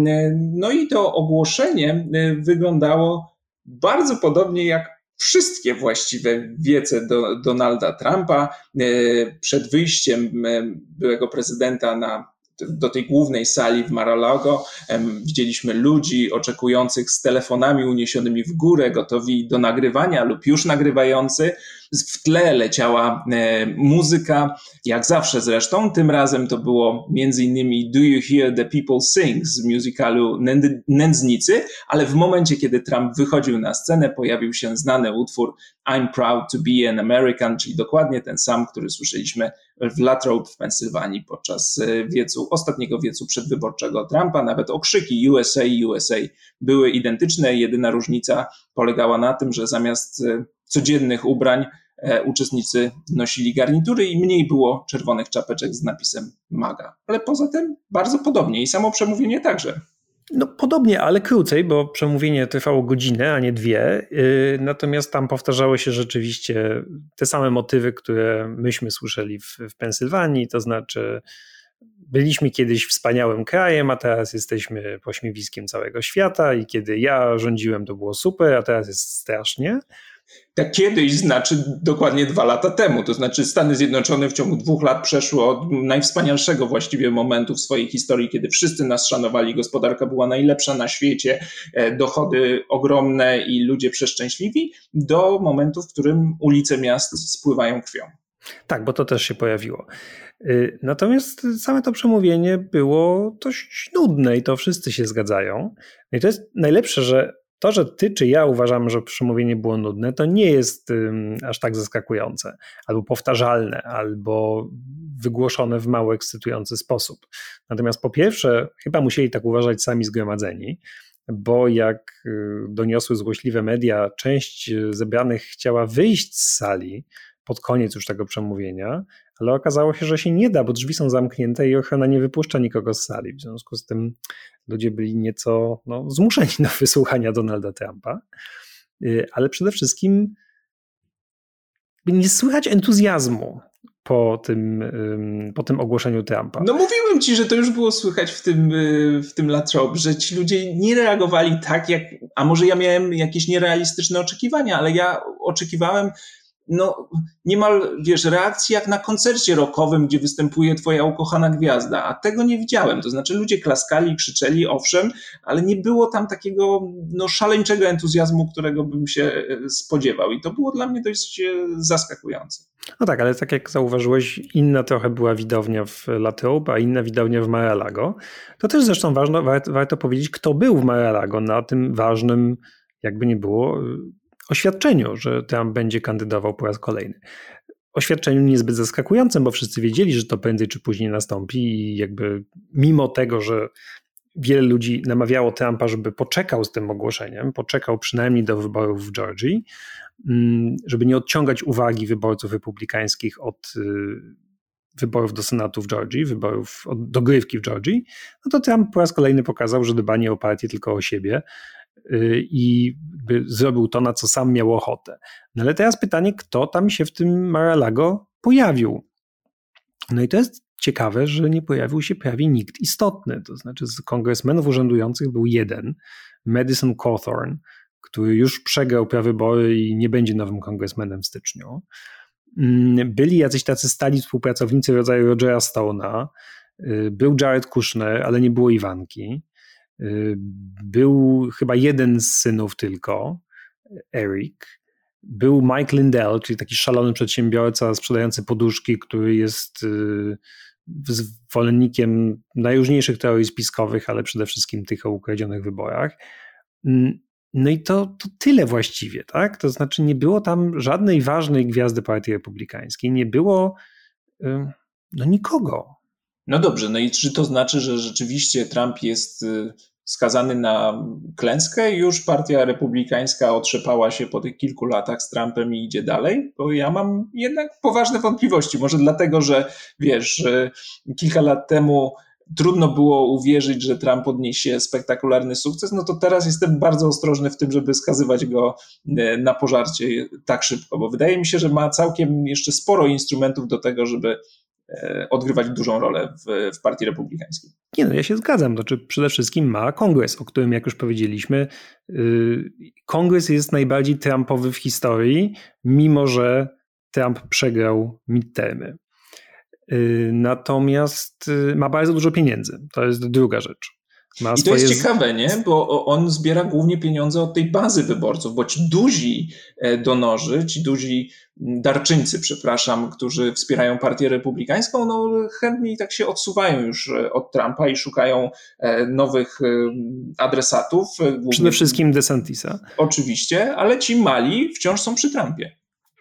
No i to ogłoszenie wyglądało bardzo podobnie jak wszystkie właściwe wiece do Donalda Trumpa. Przed wyjściem byłego prezydenta na do tej głównej sali w Mar-a-Lago widzieliśmy ludzi oczekujących z telefonami uniesionymi w górę, gotowi do nagrywania lub już nagrywający. W tle leciała muzyka, jak zawsze zresztą. Tym razem to było między innymi Do You Hear the People Sing z musicalu Nędznicy, ale w momencie, kiedy Trump wychodził na scenę, pojawił się znany utwór I'm Proud to be an American, czyli dokładnie ten sam, który słyszeliśmy w Latrobe w Pensylwanii podczas wiecu, ostatniego wiecu przedwyborczego Trumpa. Nawet okrzyki U S A, U S A były identyczne. Jedyna różnica polegała na tym, że zamiast codziennych ubrań uczestnicy nosili garnitury i mniej było czerwonych czapeczek z napisem MAGA. Ale poza tym bardzo podobnie i samo przemówienie także. No podobnie, ale krócej, bo przemówienie trwało godzinę, a nie dwie. Natomiast tam powtarzały się rzeczywiście te same motywy, które myśmy słyszeli w, w Pensylwanii, to znaczy byliśmy kiedyś wspaniałym krajem, a teraz jesteśmy pośmiewiskiem całego świata i kiedy ja rządziłem, to było super, a teraz jest strasznie. Tak kiedyś znaczy dokładnie dwa lata temu, to znaczy Stany Zjednoczone w ciągu dwóch lat przeszły od najwspanialszego właściwie momentu w swojej historii, kiedy wszyscy nas szanowali, gospodarka była najlepsza na świecie, dochody ogromne i ludzie przeszczęśliwi, do momentu, w którym ulice miast spływają krwią. Tak, bo to też się pojawiło. Natomiast same to przemówienie było dość nudne i to wszyscy się zgadzają. I to jest najlepsze, że to, że ty czy ja uważamy, że przemówienie było nudne, to nie jest um, aż tak zaskakujące, albo powtarzalne, albo wygłoszone w mało ekscytujący sposób. Natomiast po pierwsze, chyba musieli tak uważać sami zgromadzeni, bo jak doniosły złośliwe media, część zebranych chciała wyjść z sali, pod koniec już tego przemówienia, ale okazało się, że się nie da, bo drzwi są zamknięte i ochrona nie wypuszcza nikogo z sali. W związku z tym ludzie byli nieco no, zmuszeni do wysłuchania Donalda Trumpa, ale przede wszystkim nie słychać entuzjazmu po tym, po tym ogłoszeniu Trumpa. No mówiłem ci, że to już było słychać w tym, w tym Latrobe, że ci ludzie nie reagowali tak, jak, a może ja miałem jakieś nierealistyczne oczekiwania, ale ja oczekiwałem no niemal, wiesz, reakcji jak na koncercie rockowym, gdzie występuje twoja ukochana gwiazda, a tego nie widziałem. To znaczy ludzie klaskali, krzyczeli, owszem, ale nie było tam takiego no, szaleńczego entuzjazmu, którego bym się spodziewał i to było dla mnie dość zaskakujące. No tak, ale tak jak zauważyłeś, inna trochę była widownia w Latrobe, a inna widownia w Mar-a-Lago. To też zresztą ważne, warto, warto powiedzieć, kto był w Mar-a-Lago na tym ważnym, jakby nie było, oświadczeniu, że Trump będzie kandydował po raz kolejny. Oświadczeniu niezbyt zaskakującym, bo wszyscy wiedzieli, że to prędzej czy później nastąpi i jakby mimo tego, że wiele ludzi namawiało Trumpa, żeby poczekał z tym ogłoszeniem, poczekał przynajmniej do wyborów w Georgii, żeby nie odciągać uwagi wyborców republikańskich od wyborów do Senatu w Georgii, wyborów od dogrywki w Georgii, no to Trump po raz kolejny pokazał, że dba nie o partię, tylko o siebie i zrobił to, na co sam miał ochotę. No ale teraz pytanie, kto tam się w tym Mar-a-Lago pojawił? No i to jest ciekawe, że nie pojawił się prawie nikt istotny. To znaczy z kongresmenów urzędujących był jeden, Madison Cawthorn, który już przegrał prawybory i nie będzie nowym kongresmenem w styczniu. Byli jacyś tacy stali współpracownicy w rodzaju Rogera Stone'a, był Jared Kushner, ale nie było Iwanki. Był chyba jeden z synów tylko, Eric. Był Mike Lindell, czyli taki szalony przedsiębiorca sprzedający poduszki, który jest zwolennikiem najróżniejszych teorii spiskowych, ale przede wszystkim tych o ukradzionych wyborach. No i to, to tyle właściwie, tak? To znaczy nie było tam żadnej ważnej gwiazdy partii republikańskiej, nie było no nikogo. No dobrze, no i czy to znaczy, że rzeczywiście Trump jest skazany na klęskę i już partia republikańska otrzepała się po tych kilku latach z Trumpem i idzie dalej? Bo ja mam jednak poważne wątpliwości. Może dlatego, że wiesz, kilka lat temu trudno było uwierzyć, że Trump odniesie spektakularny sukces, no to teraz jestem bardzo ostrożny w tym, żeby skazywać go na pożarcie tak szybko, bo wydaje mi się, że ma całkiem jeszcze sporo instrumentów do tego, żeby odgrywać dużą rolę w, w partii republikańskiej. Nie, no ja się zgadzam. Znaczy przede wszystkim ma kongres, o którym jak już powiedzieliśmy, yy, kongres jest najbardziej Trumpowy w historii, mimo że Trump przegrał midtermy. Yy, natomiast yy, ma bardzo dużo pieniędzy. To jest druga rzecz. Ma I to swoje... jest ciekawe, nie? Bo on zbiera głównie pieniądze od tej bazy wyborców, bo ci duzi donorzy, ci duzi darczyńcy, przepraszam, którzy wspierają partię republikańską, no chętniej tak się odsuwają już od Trumpa i szukają nowych adresatów. Głównie... Przede wszystkim DeSantisa. Oczywiście, ale ci mali wciąż są przy Trumpie.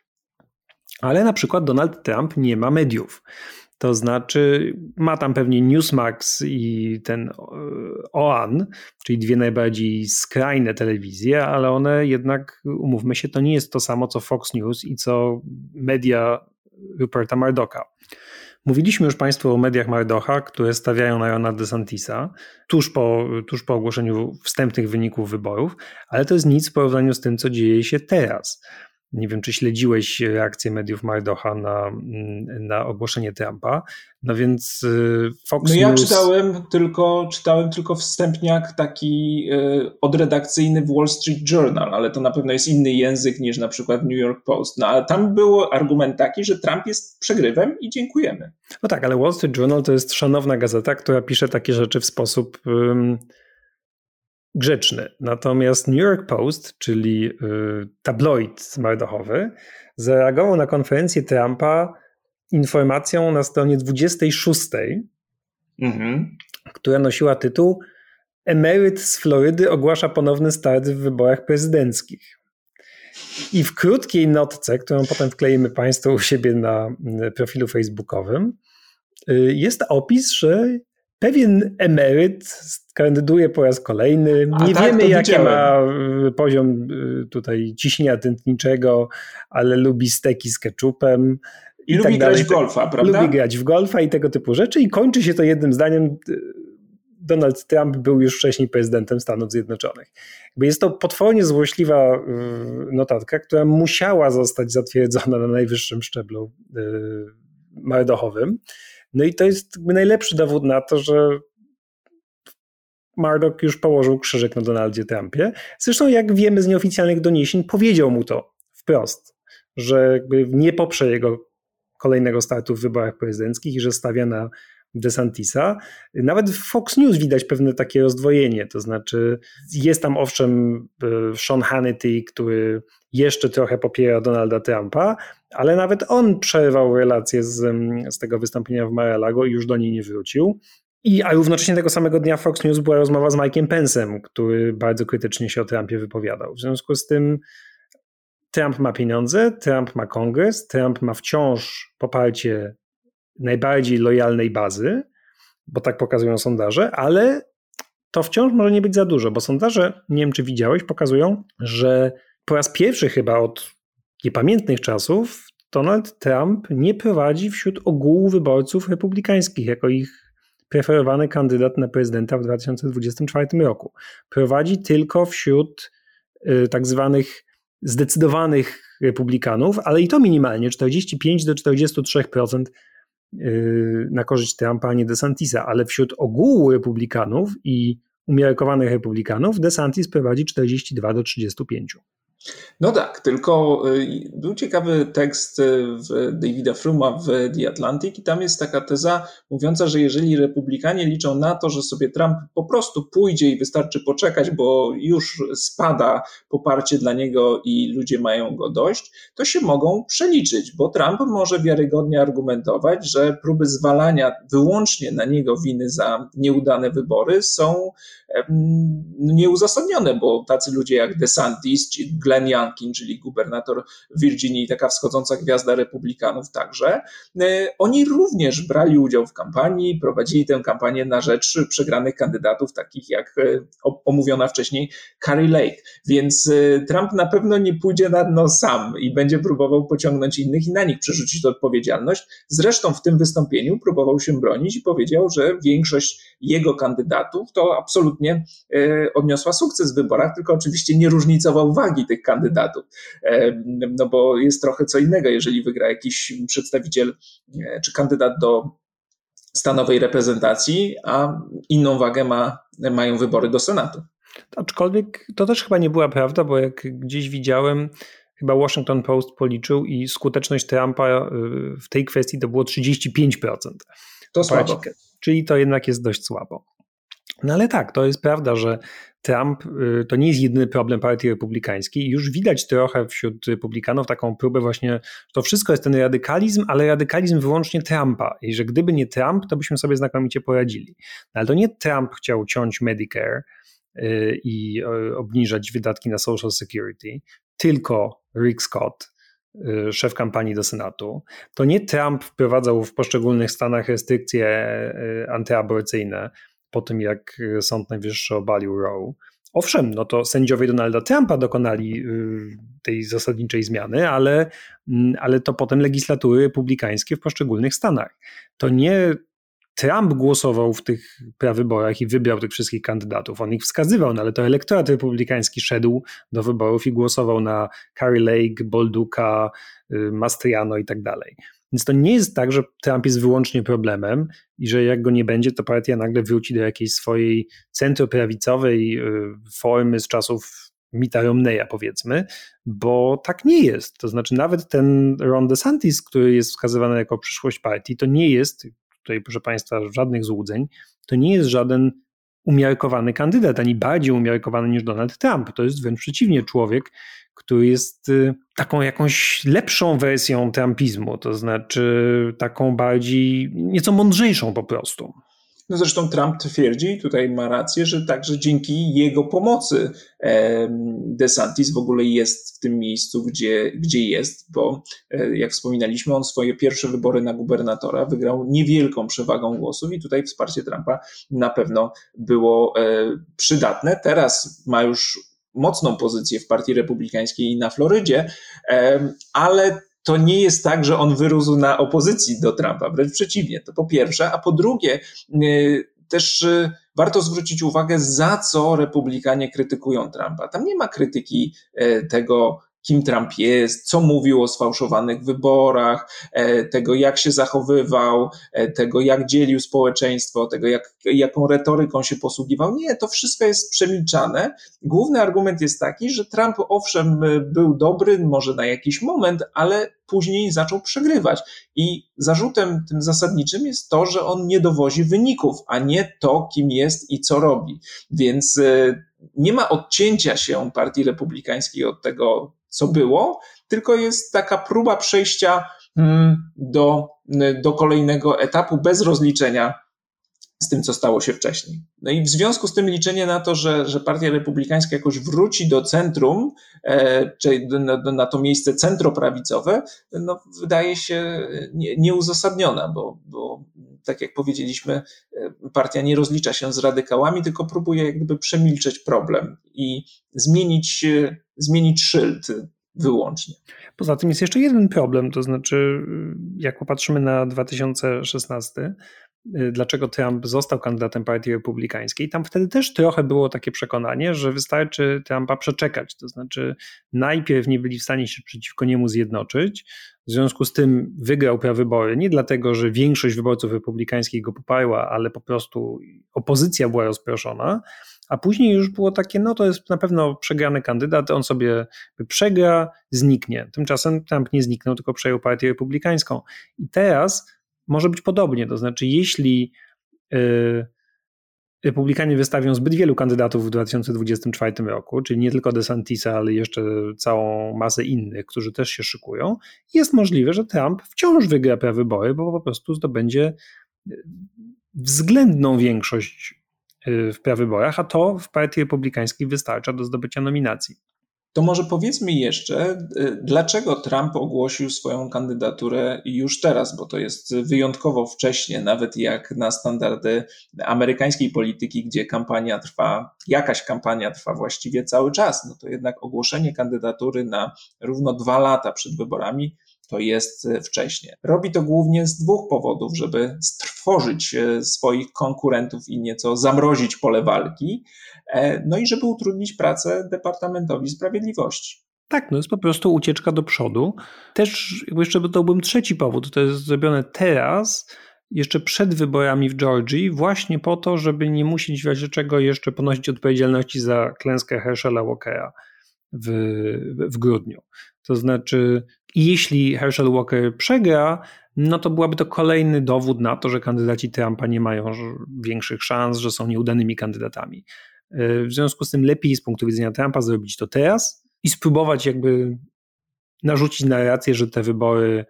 Ale na przykład Donald Trump nie ma mediów. To znaczy ma tam pewnie Newsmax i ten O A N, czyli dwie najbardziej skrajne telewizje, ale one jednak, umówmy się, to nie jest to samo co Fox News i co media Ruperta Murdocha. Mówiliśmy już Państwu o mediach Murdocha, które stawiają na Rona DeSantisa tuż po, tuż po ogłoszeniu wstępnych wyników wyborów, ale to jest nic w porównaniu z tym, co dzieje się teraz. Nie wiem, czy śledziłeś reakcję mediów Murdocha na, na ogłoszenie Trumpa. No więc Fox no ja News... czytałem tylko, czytałem tylko wstępniak taki y, odredakcyjny w Wall Street Journal, ale to na pewno jest inny język niż na przykład New York Post. No ale tam był argument taki, że Trump jest przegrywem i dziękujemy. No tak, ale Wall Street Journal to jest szanowna gazeta, która pisze takie rzeczy w sposób... Um, grzeczny. Natomiast New York Post, czyli y, tabloid Murdochowy, zareagował na konferencję Trumpa informacją na stronie dwudziestej szóstej, mm-hmm. która nosiła tytuł Emeryt z Florydy ogłasza ponowny start w wyborach prezydenckich. I w krótkiej notce, którą potem wkleimy Państwu u siebie na profilu facebookowym, y, jest opis, że pewien emeryt kandyduje po raz kolejny. Nie A tak, wiemy, to jaki widziałem. ma poziom tutaj ciśnienia tętniczego, ale lubi steki z ketchupem. I, I lubi tak grać dalej. w golfa, prawda? Lubi grać w golfa i tego typu rzeczy i kończy się to jednym zdaniem. Donald Trump był już wcześniej prezydentem Stanów Zjednoczonych. Jest to potwornie złośliwa notatka, która musiała zostać zatwierdzona na najwyższym szczeblu murdochowym. No i to jest najlepszy dowód na to, że Murdoch już położył krzyżyk na Donaldzie Trumpie. Zresztą jak wiemy z nieoficjalnych doniesień, powiedział mu to wprost, że jakby nie poprze jego kolejnego startu w wyborach prezydenckich i że stawia na DeSantisa. Nawet w Fox News widać pewne takie rozdwojenie, to znaczy jest tam owszem Sean Hannity, który jeszcze trochę popiera Donalda Trumpa, ale nawet on przerwał relację z, z tego wystąpienia w Mar-a-Lago i już do niej nie wrócił. I, a równocześnie tego samego dnia w Fox News była rozmowa z Mike'em Pence'em, który bardzo krytycznie się o Trumpie wypowiadał. W związku z tym Trump ma pieniądze, Trump ma kongres, Trump ma wciąż poparcie najbardziej lojalnej bazy, bo tak pokazują sondaże, ale to wciąż może nie być za dużo, bo sondaże, nie wiem czy widziałeś, pokazują, że po raz pierwszy chyba od niepamiętnych czasów Donald Trump nie prowadzi wśród ogółu wyborców republikańskich jako ich preferowany kandydat na prezydenta w dwa tysiące dwudziestym czwartym roku. Prowadzi tylko wśród y, tak zwanych zdecydowanych republikanów, ale i to minimalnie, czterdzieści pięć do czterdziestu trzech procent na korzyść Trumpa, a nie DeSantisa, ale wśród ogółu republikanów i umiarkowanych republikanów DeSantis prowadzi czterdzieści dwa do trzydziestu pięciu. No tak, tylko był ciekawy tekst w Davida Fruma w The Atlantic i tam jest taka teza mówiąca, że jeżeli republikanie liczą na to, że sobie Trump po prostu pójdzie i wystarczy poczekać, bo już spada poparcie dla niego i ludzie mają go dość, to się mogą przeliczyć, bo Trump może wiarygodnie argumentować, że próby zwalania wyłącznie na niego winy za nieudane wybory są nieuzasadnione, bo tacy ludzie jak DeSantis czy Glenn Youngkin, czyli gubernator Virginii, taka wschodząca gwiazda republikanów także, oni również brali udział w kampanii, prowadzili tę kampanię na rzecz przegranych kandydatów, takich jak omówiona wcześniej Kari Lake. Więc Trump na pewno nie pójdzie na dno sam i będzie próbował pociągnąć innych i na nich przerzucić odpowiedzialność. Zresztą w tym wystąpieniu próbował się bronić i powiedział, że większość jego kandydatów to absolutnie odniosła sukces w wyborach, tylko oczywiście nie różnicował wagi tych kandydatów, no bo jest trochę co innego, jeżeli wygra jakiś przedstawiciel czy kandydat do stanowej reprezentacji, a inną wagę ma, mają wybory do Senatu. Aczkolwiek to też chyba nie była prawda, bo jak gdzieś widziałem, chyba Washington Post policzył i skuteczność Trumpa w tej kwestii to było trzydzieści pięć procent. To słabo. Czyli to jednak jest dość słabo. No ale tak, to jest prawda, że Trump to nie jest jedyny problem partii republikańskiej. Już widać trochę wśród republikanów taką próbę właśnie, że to wszystko jest ten radykalizm, ale radykalizm wyłącznie Trumpa i że gdyby nie Trump, to byśmy sobie znakomicie poradzili. No, ale to nie Trump chciał ciąć Medicare i obniżać wydatki na Social Security, tylko Rick Scott, szef kampanii do Senatu. To nie Trump wprowadzał w poszczególnych stanach restrykcje antyaborcyjne po tym, jak Sąd Najwyższy obalił Roe. Owszem, no to sędziowie Donalda Trumpa dokonali tej zasadniczej zmiany, ale, ale to potem legislatury republikańskie w poszczególnych stanach. To nie Trump głosował w tych prawyborach i wybrał tych wszystkich kandydatów. On ich wskazywał, no ale to elektorat republikański szedł do wyborów i głosował na Kari Lake, Bolduca, Mastriano i tak dalej. Więc to nie jest tak, że Trump jest wyłącznie problemem i że jak go nie będzie, to partia nagle wróci do jakiejś swojej centroprawicowej formy z czasów Mitta Romneya, powiedzmy, bo tak nie jest. To znaczy nawet ten Ron DeSantis, który jest wskazywany jako przyszłość partii, to nie jest, tutaj proszę Państwa, żadnych złudzeń, to nie jest żaden umiarkowany kandydat, ani bardziej umiarkowany niż Donald Trump. To jest wręcz przeciwnie człowiek, który jest taką jakąś lepszą wersją trumpizmu, to znaczy taką bardziej, nieco mądrzejszą po prostu. No zresztą Trump twierdzi, i tutaj ma rację, że także dzięki jego pomocy DeSantis w ogóle jest w tym miejscu, gdzie, gdzie jest, bo jak wspominaliśmy, on swoje pierwsze wybory na gubernatora wygrał niewielką przewagą głosów i tutaj wsparcie Trumpa na pewno było przydatne. Teraz ma już mocną pozycję w partii republikańskiej i na Florydzie, ale to nie jest tak, że on wyrósł na opozycji do Trumpa, wręcz przeciwnie, to po pierwsze, a po drugie też warto zwrócić uwagę, za co republikanie krytykują Trumpa. Tam nie ma krytyki tego, kim Trump jest, co mówił o sfałszowanych wyborach, tego jak się zachowywał, tego jak dzielił społeczeństwo, tego jak, jaką retoryką się posługiwał. Nie, to wszystko jest przemilczane. Główny argument jest taki, że Trump owszem był dobry, może na jakiś moment, ale później zaczął przegrywać. I zarzutem tym zasadniczym jest to, że on nie dowozi wyników, a nie to, kim jest i co robi. Więc nie ma odcięcia się partii republikańskiej od tego, co było, tylko jest taka próba przejścia do, do kolejnego etapu bez rozliczenia z tym, co stało się wcześniej. No i w związku z tym liczenie na to, że, że partia republikańska jakoś wróci do centrum, e, czy na, na to miejsce centroprawicowe, no wydaje się nie, nieuzasadniona, bo, bo tak jak powiedzieliśmy, partia nie rozlicza się z radykałami, tylko próbuje jak gdyby przemilczeć problem i zmienić, zmienić szyld wyłącznie. Poza tym jest jeszcze jeden problem, to znaczy jak popatrzymy na dwa tysiące szesnasty, dlaczego Trump został kandydatem partii republikańskiej, tam wtedy też trochę było takie przekonanie, że wystarczy Trumpa przeczekać, to znaczy najpierw nie byli w stanie się przeciwko niemu zjednoczyć, w związku z tym wygrał prawybory, nie dlatego, że większość wyborców republikańskich go poparła, ale po prostu opozycja była rozproszona, a później już było takie, no to jest na pewno przegrany kandydat, on sobie przegra, zniknie. Tymczasem Trump nie zniknął, tylko przejął partię republikańską. I teraz może być podobnie, to znaczy jeśli yy, republikanie wystawią zbyt wielu kandydatów w dwa tysiące dwudziestym czwartym roku, czyli nie tylko DeSantisa, ale jeszcze całą masę innych, którzy też się szykują, jest możliwe, że Trump wciąż wygra prawybory, bo po prostu zdobędzie względną większość w prawyborach, a to w partii republikańskiej wystarcza do zdobycia nominacji. To może powiedzmy jeszcze, dlaczego Trump ogłosił swoją kandydaturę już teraz, bo to jest wyjątkowo wcześnie, nawet jak na standardy amerykańskiej polityki, gdzie kampania trwa, jakaś kampania trwa właściwie cały czas, no to jednak ogłoszenie kandydatury na równo dwa lata przed wyborami to jest wcześnie. Robi to głównie z dwóch powodów, żeby stworzyć swoich konkurentów i nieco zamrozić pole walki, no i żeby utrudnić pracę Departamentowi Sprawiedliwości. Tak, no jest po prostu ucieczka do przodu. Też jeszcze dodałbym trzeci powód, to jest zrobione teraz, jeszcze przed wyborami w Georgii, właśnie po to, żeby nie musieć w razie czego jeszcze ponosić odpowiedzialności za klęskę Herschela Walkera w, w grudniu. To znaczy, jeśli Herschel Walker przegra, no to byłaby to kolejny dowód na to, że kandydaci Trumpa nie mają większych szans, że są nieudanymi kandydatami. W związku z tym lepiej z punktu widzenia Trumpa zrobić to teraz i spróbować jakby narzucić narrację, że te wybory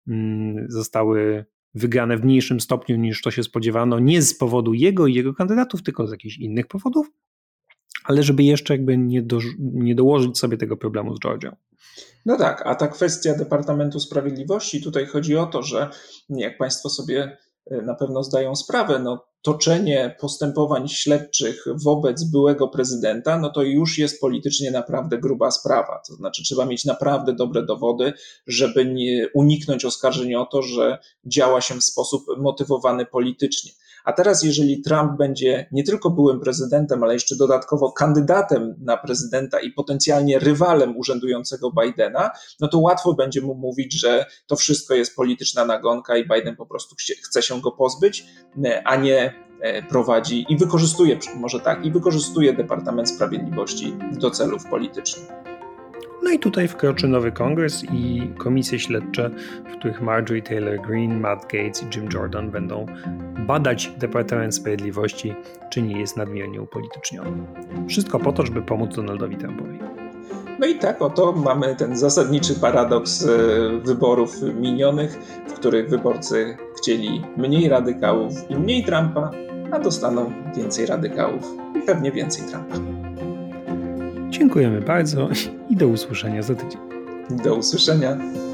zostały wygrane w mniejszym stopniu niż to się spodziewano, nie z powodu jego i jego kandydatów, tylko z jakichś innych powodów, ale żeby jeszcze jakby nie, do, nie dołożyć sobie tego problemu z Georgią. No tak, a ta kwestia Departamentu Sprawiedliwości, tutaj chodzi o to, że jak Państwo sobie na pewno zdają sprawę, no toczenie postępowań śledczych wobec byłego prezydenta, no to już jest politycznie naprawdę gruba sprawa. To znaczy trzeba mieć naprawdę dobre dowody, żeby nie uniknąć oskarżeń o to, że działa się w sposób motywowany politycznie. A teraz jeżeli Trump będzie nie tylko byłym prezydentem, ale jeszcze dodatkowo kandydatem na prezydenta i potencjalnie rywalem urzędującego Bidena, no to łatwo będzie mu mówić, że to wszystko jest polityczna nagonka i Biden po prostu chce się go pozbyć, a nie prowadzi i wykorzystuje, może tak, i wykorzystuje Departament Sprawiedliwości do celów politycznych. No i tutaj wkroczy nowy kongres i komisje śledcze, w których Marjorie Taylor Greene, Matt Gaetz i Jim Jordan będą badać Departament Sprawiedliwości, czy nie jest nadmiernie upolityczniony. Wszystko po to, żeby pomóc Donaldowi Trumpowi. No i tak oto mamy ten zasadniczy paradoks wyborów minionych, w których wyborcy chcieli mniej radykałów i mniej Trumpa, a dostaną więcej radykałów i pewnie więcej Trumpa. Dziękujemy bardzo i do usłyszenia za tydzień. Do usłyszenia.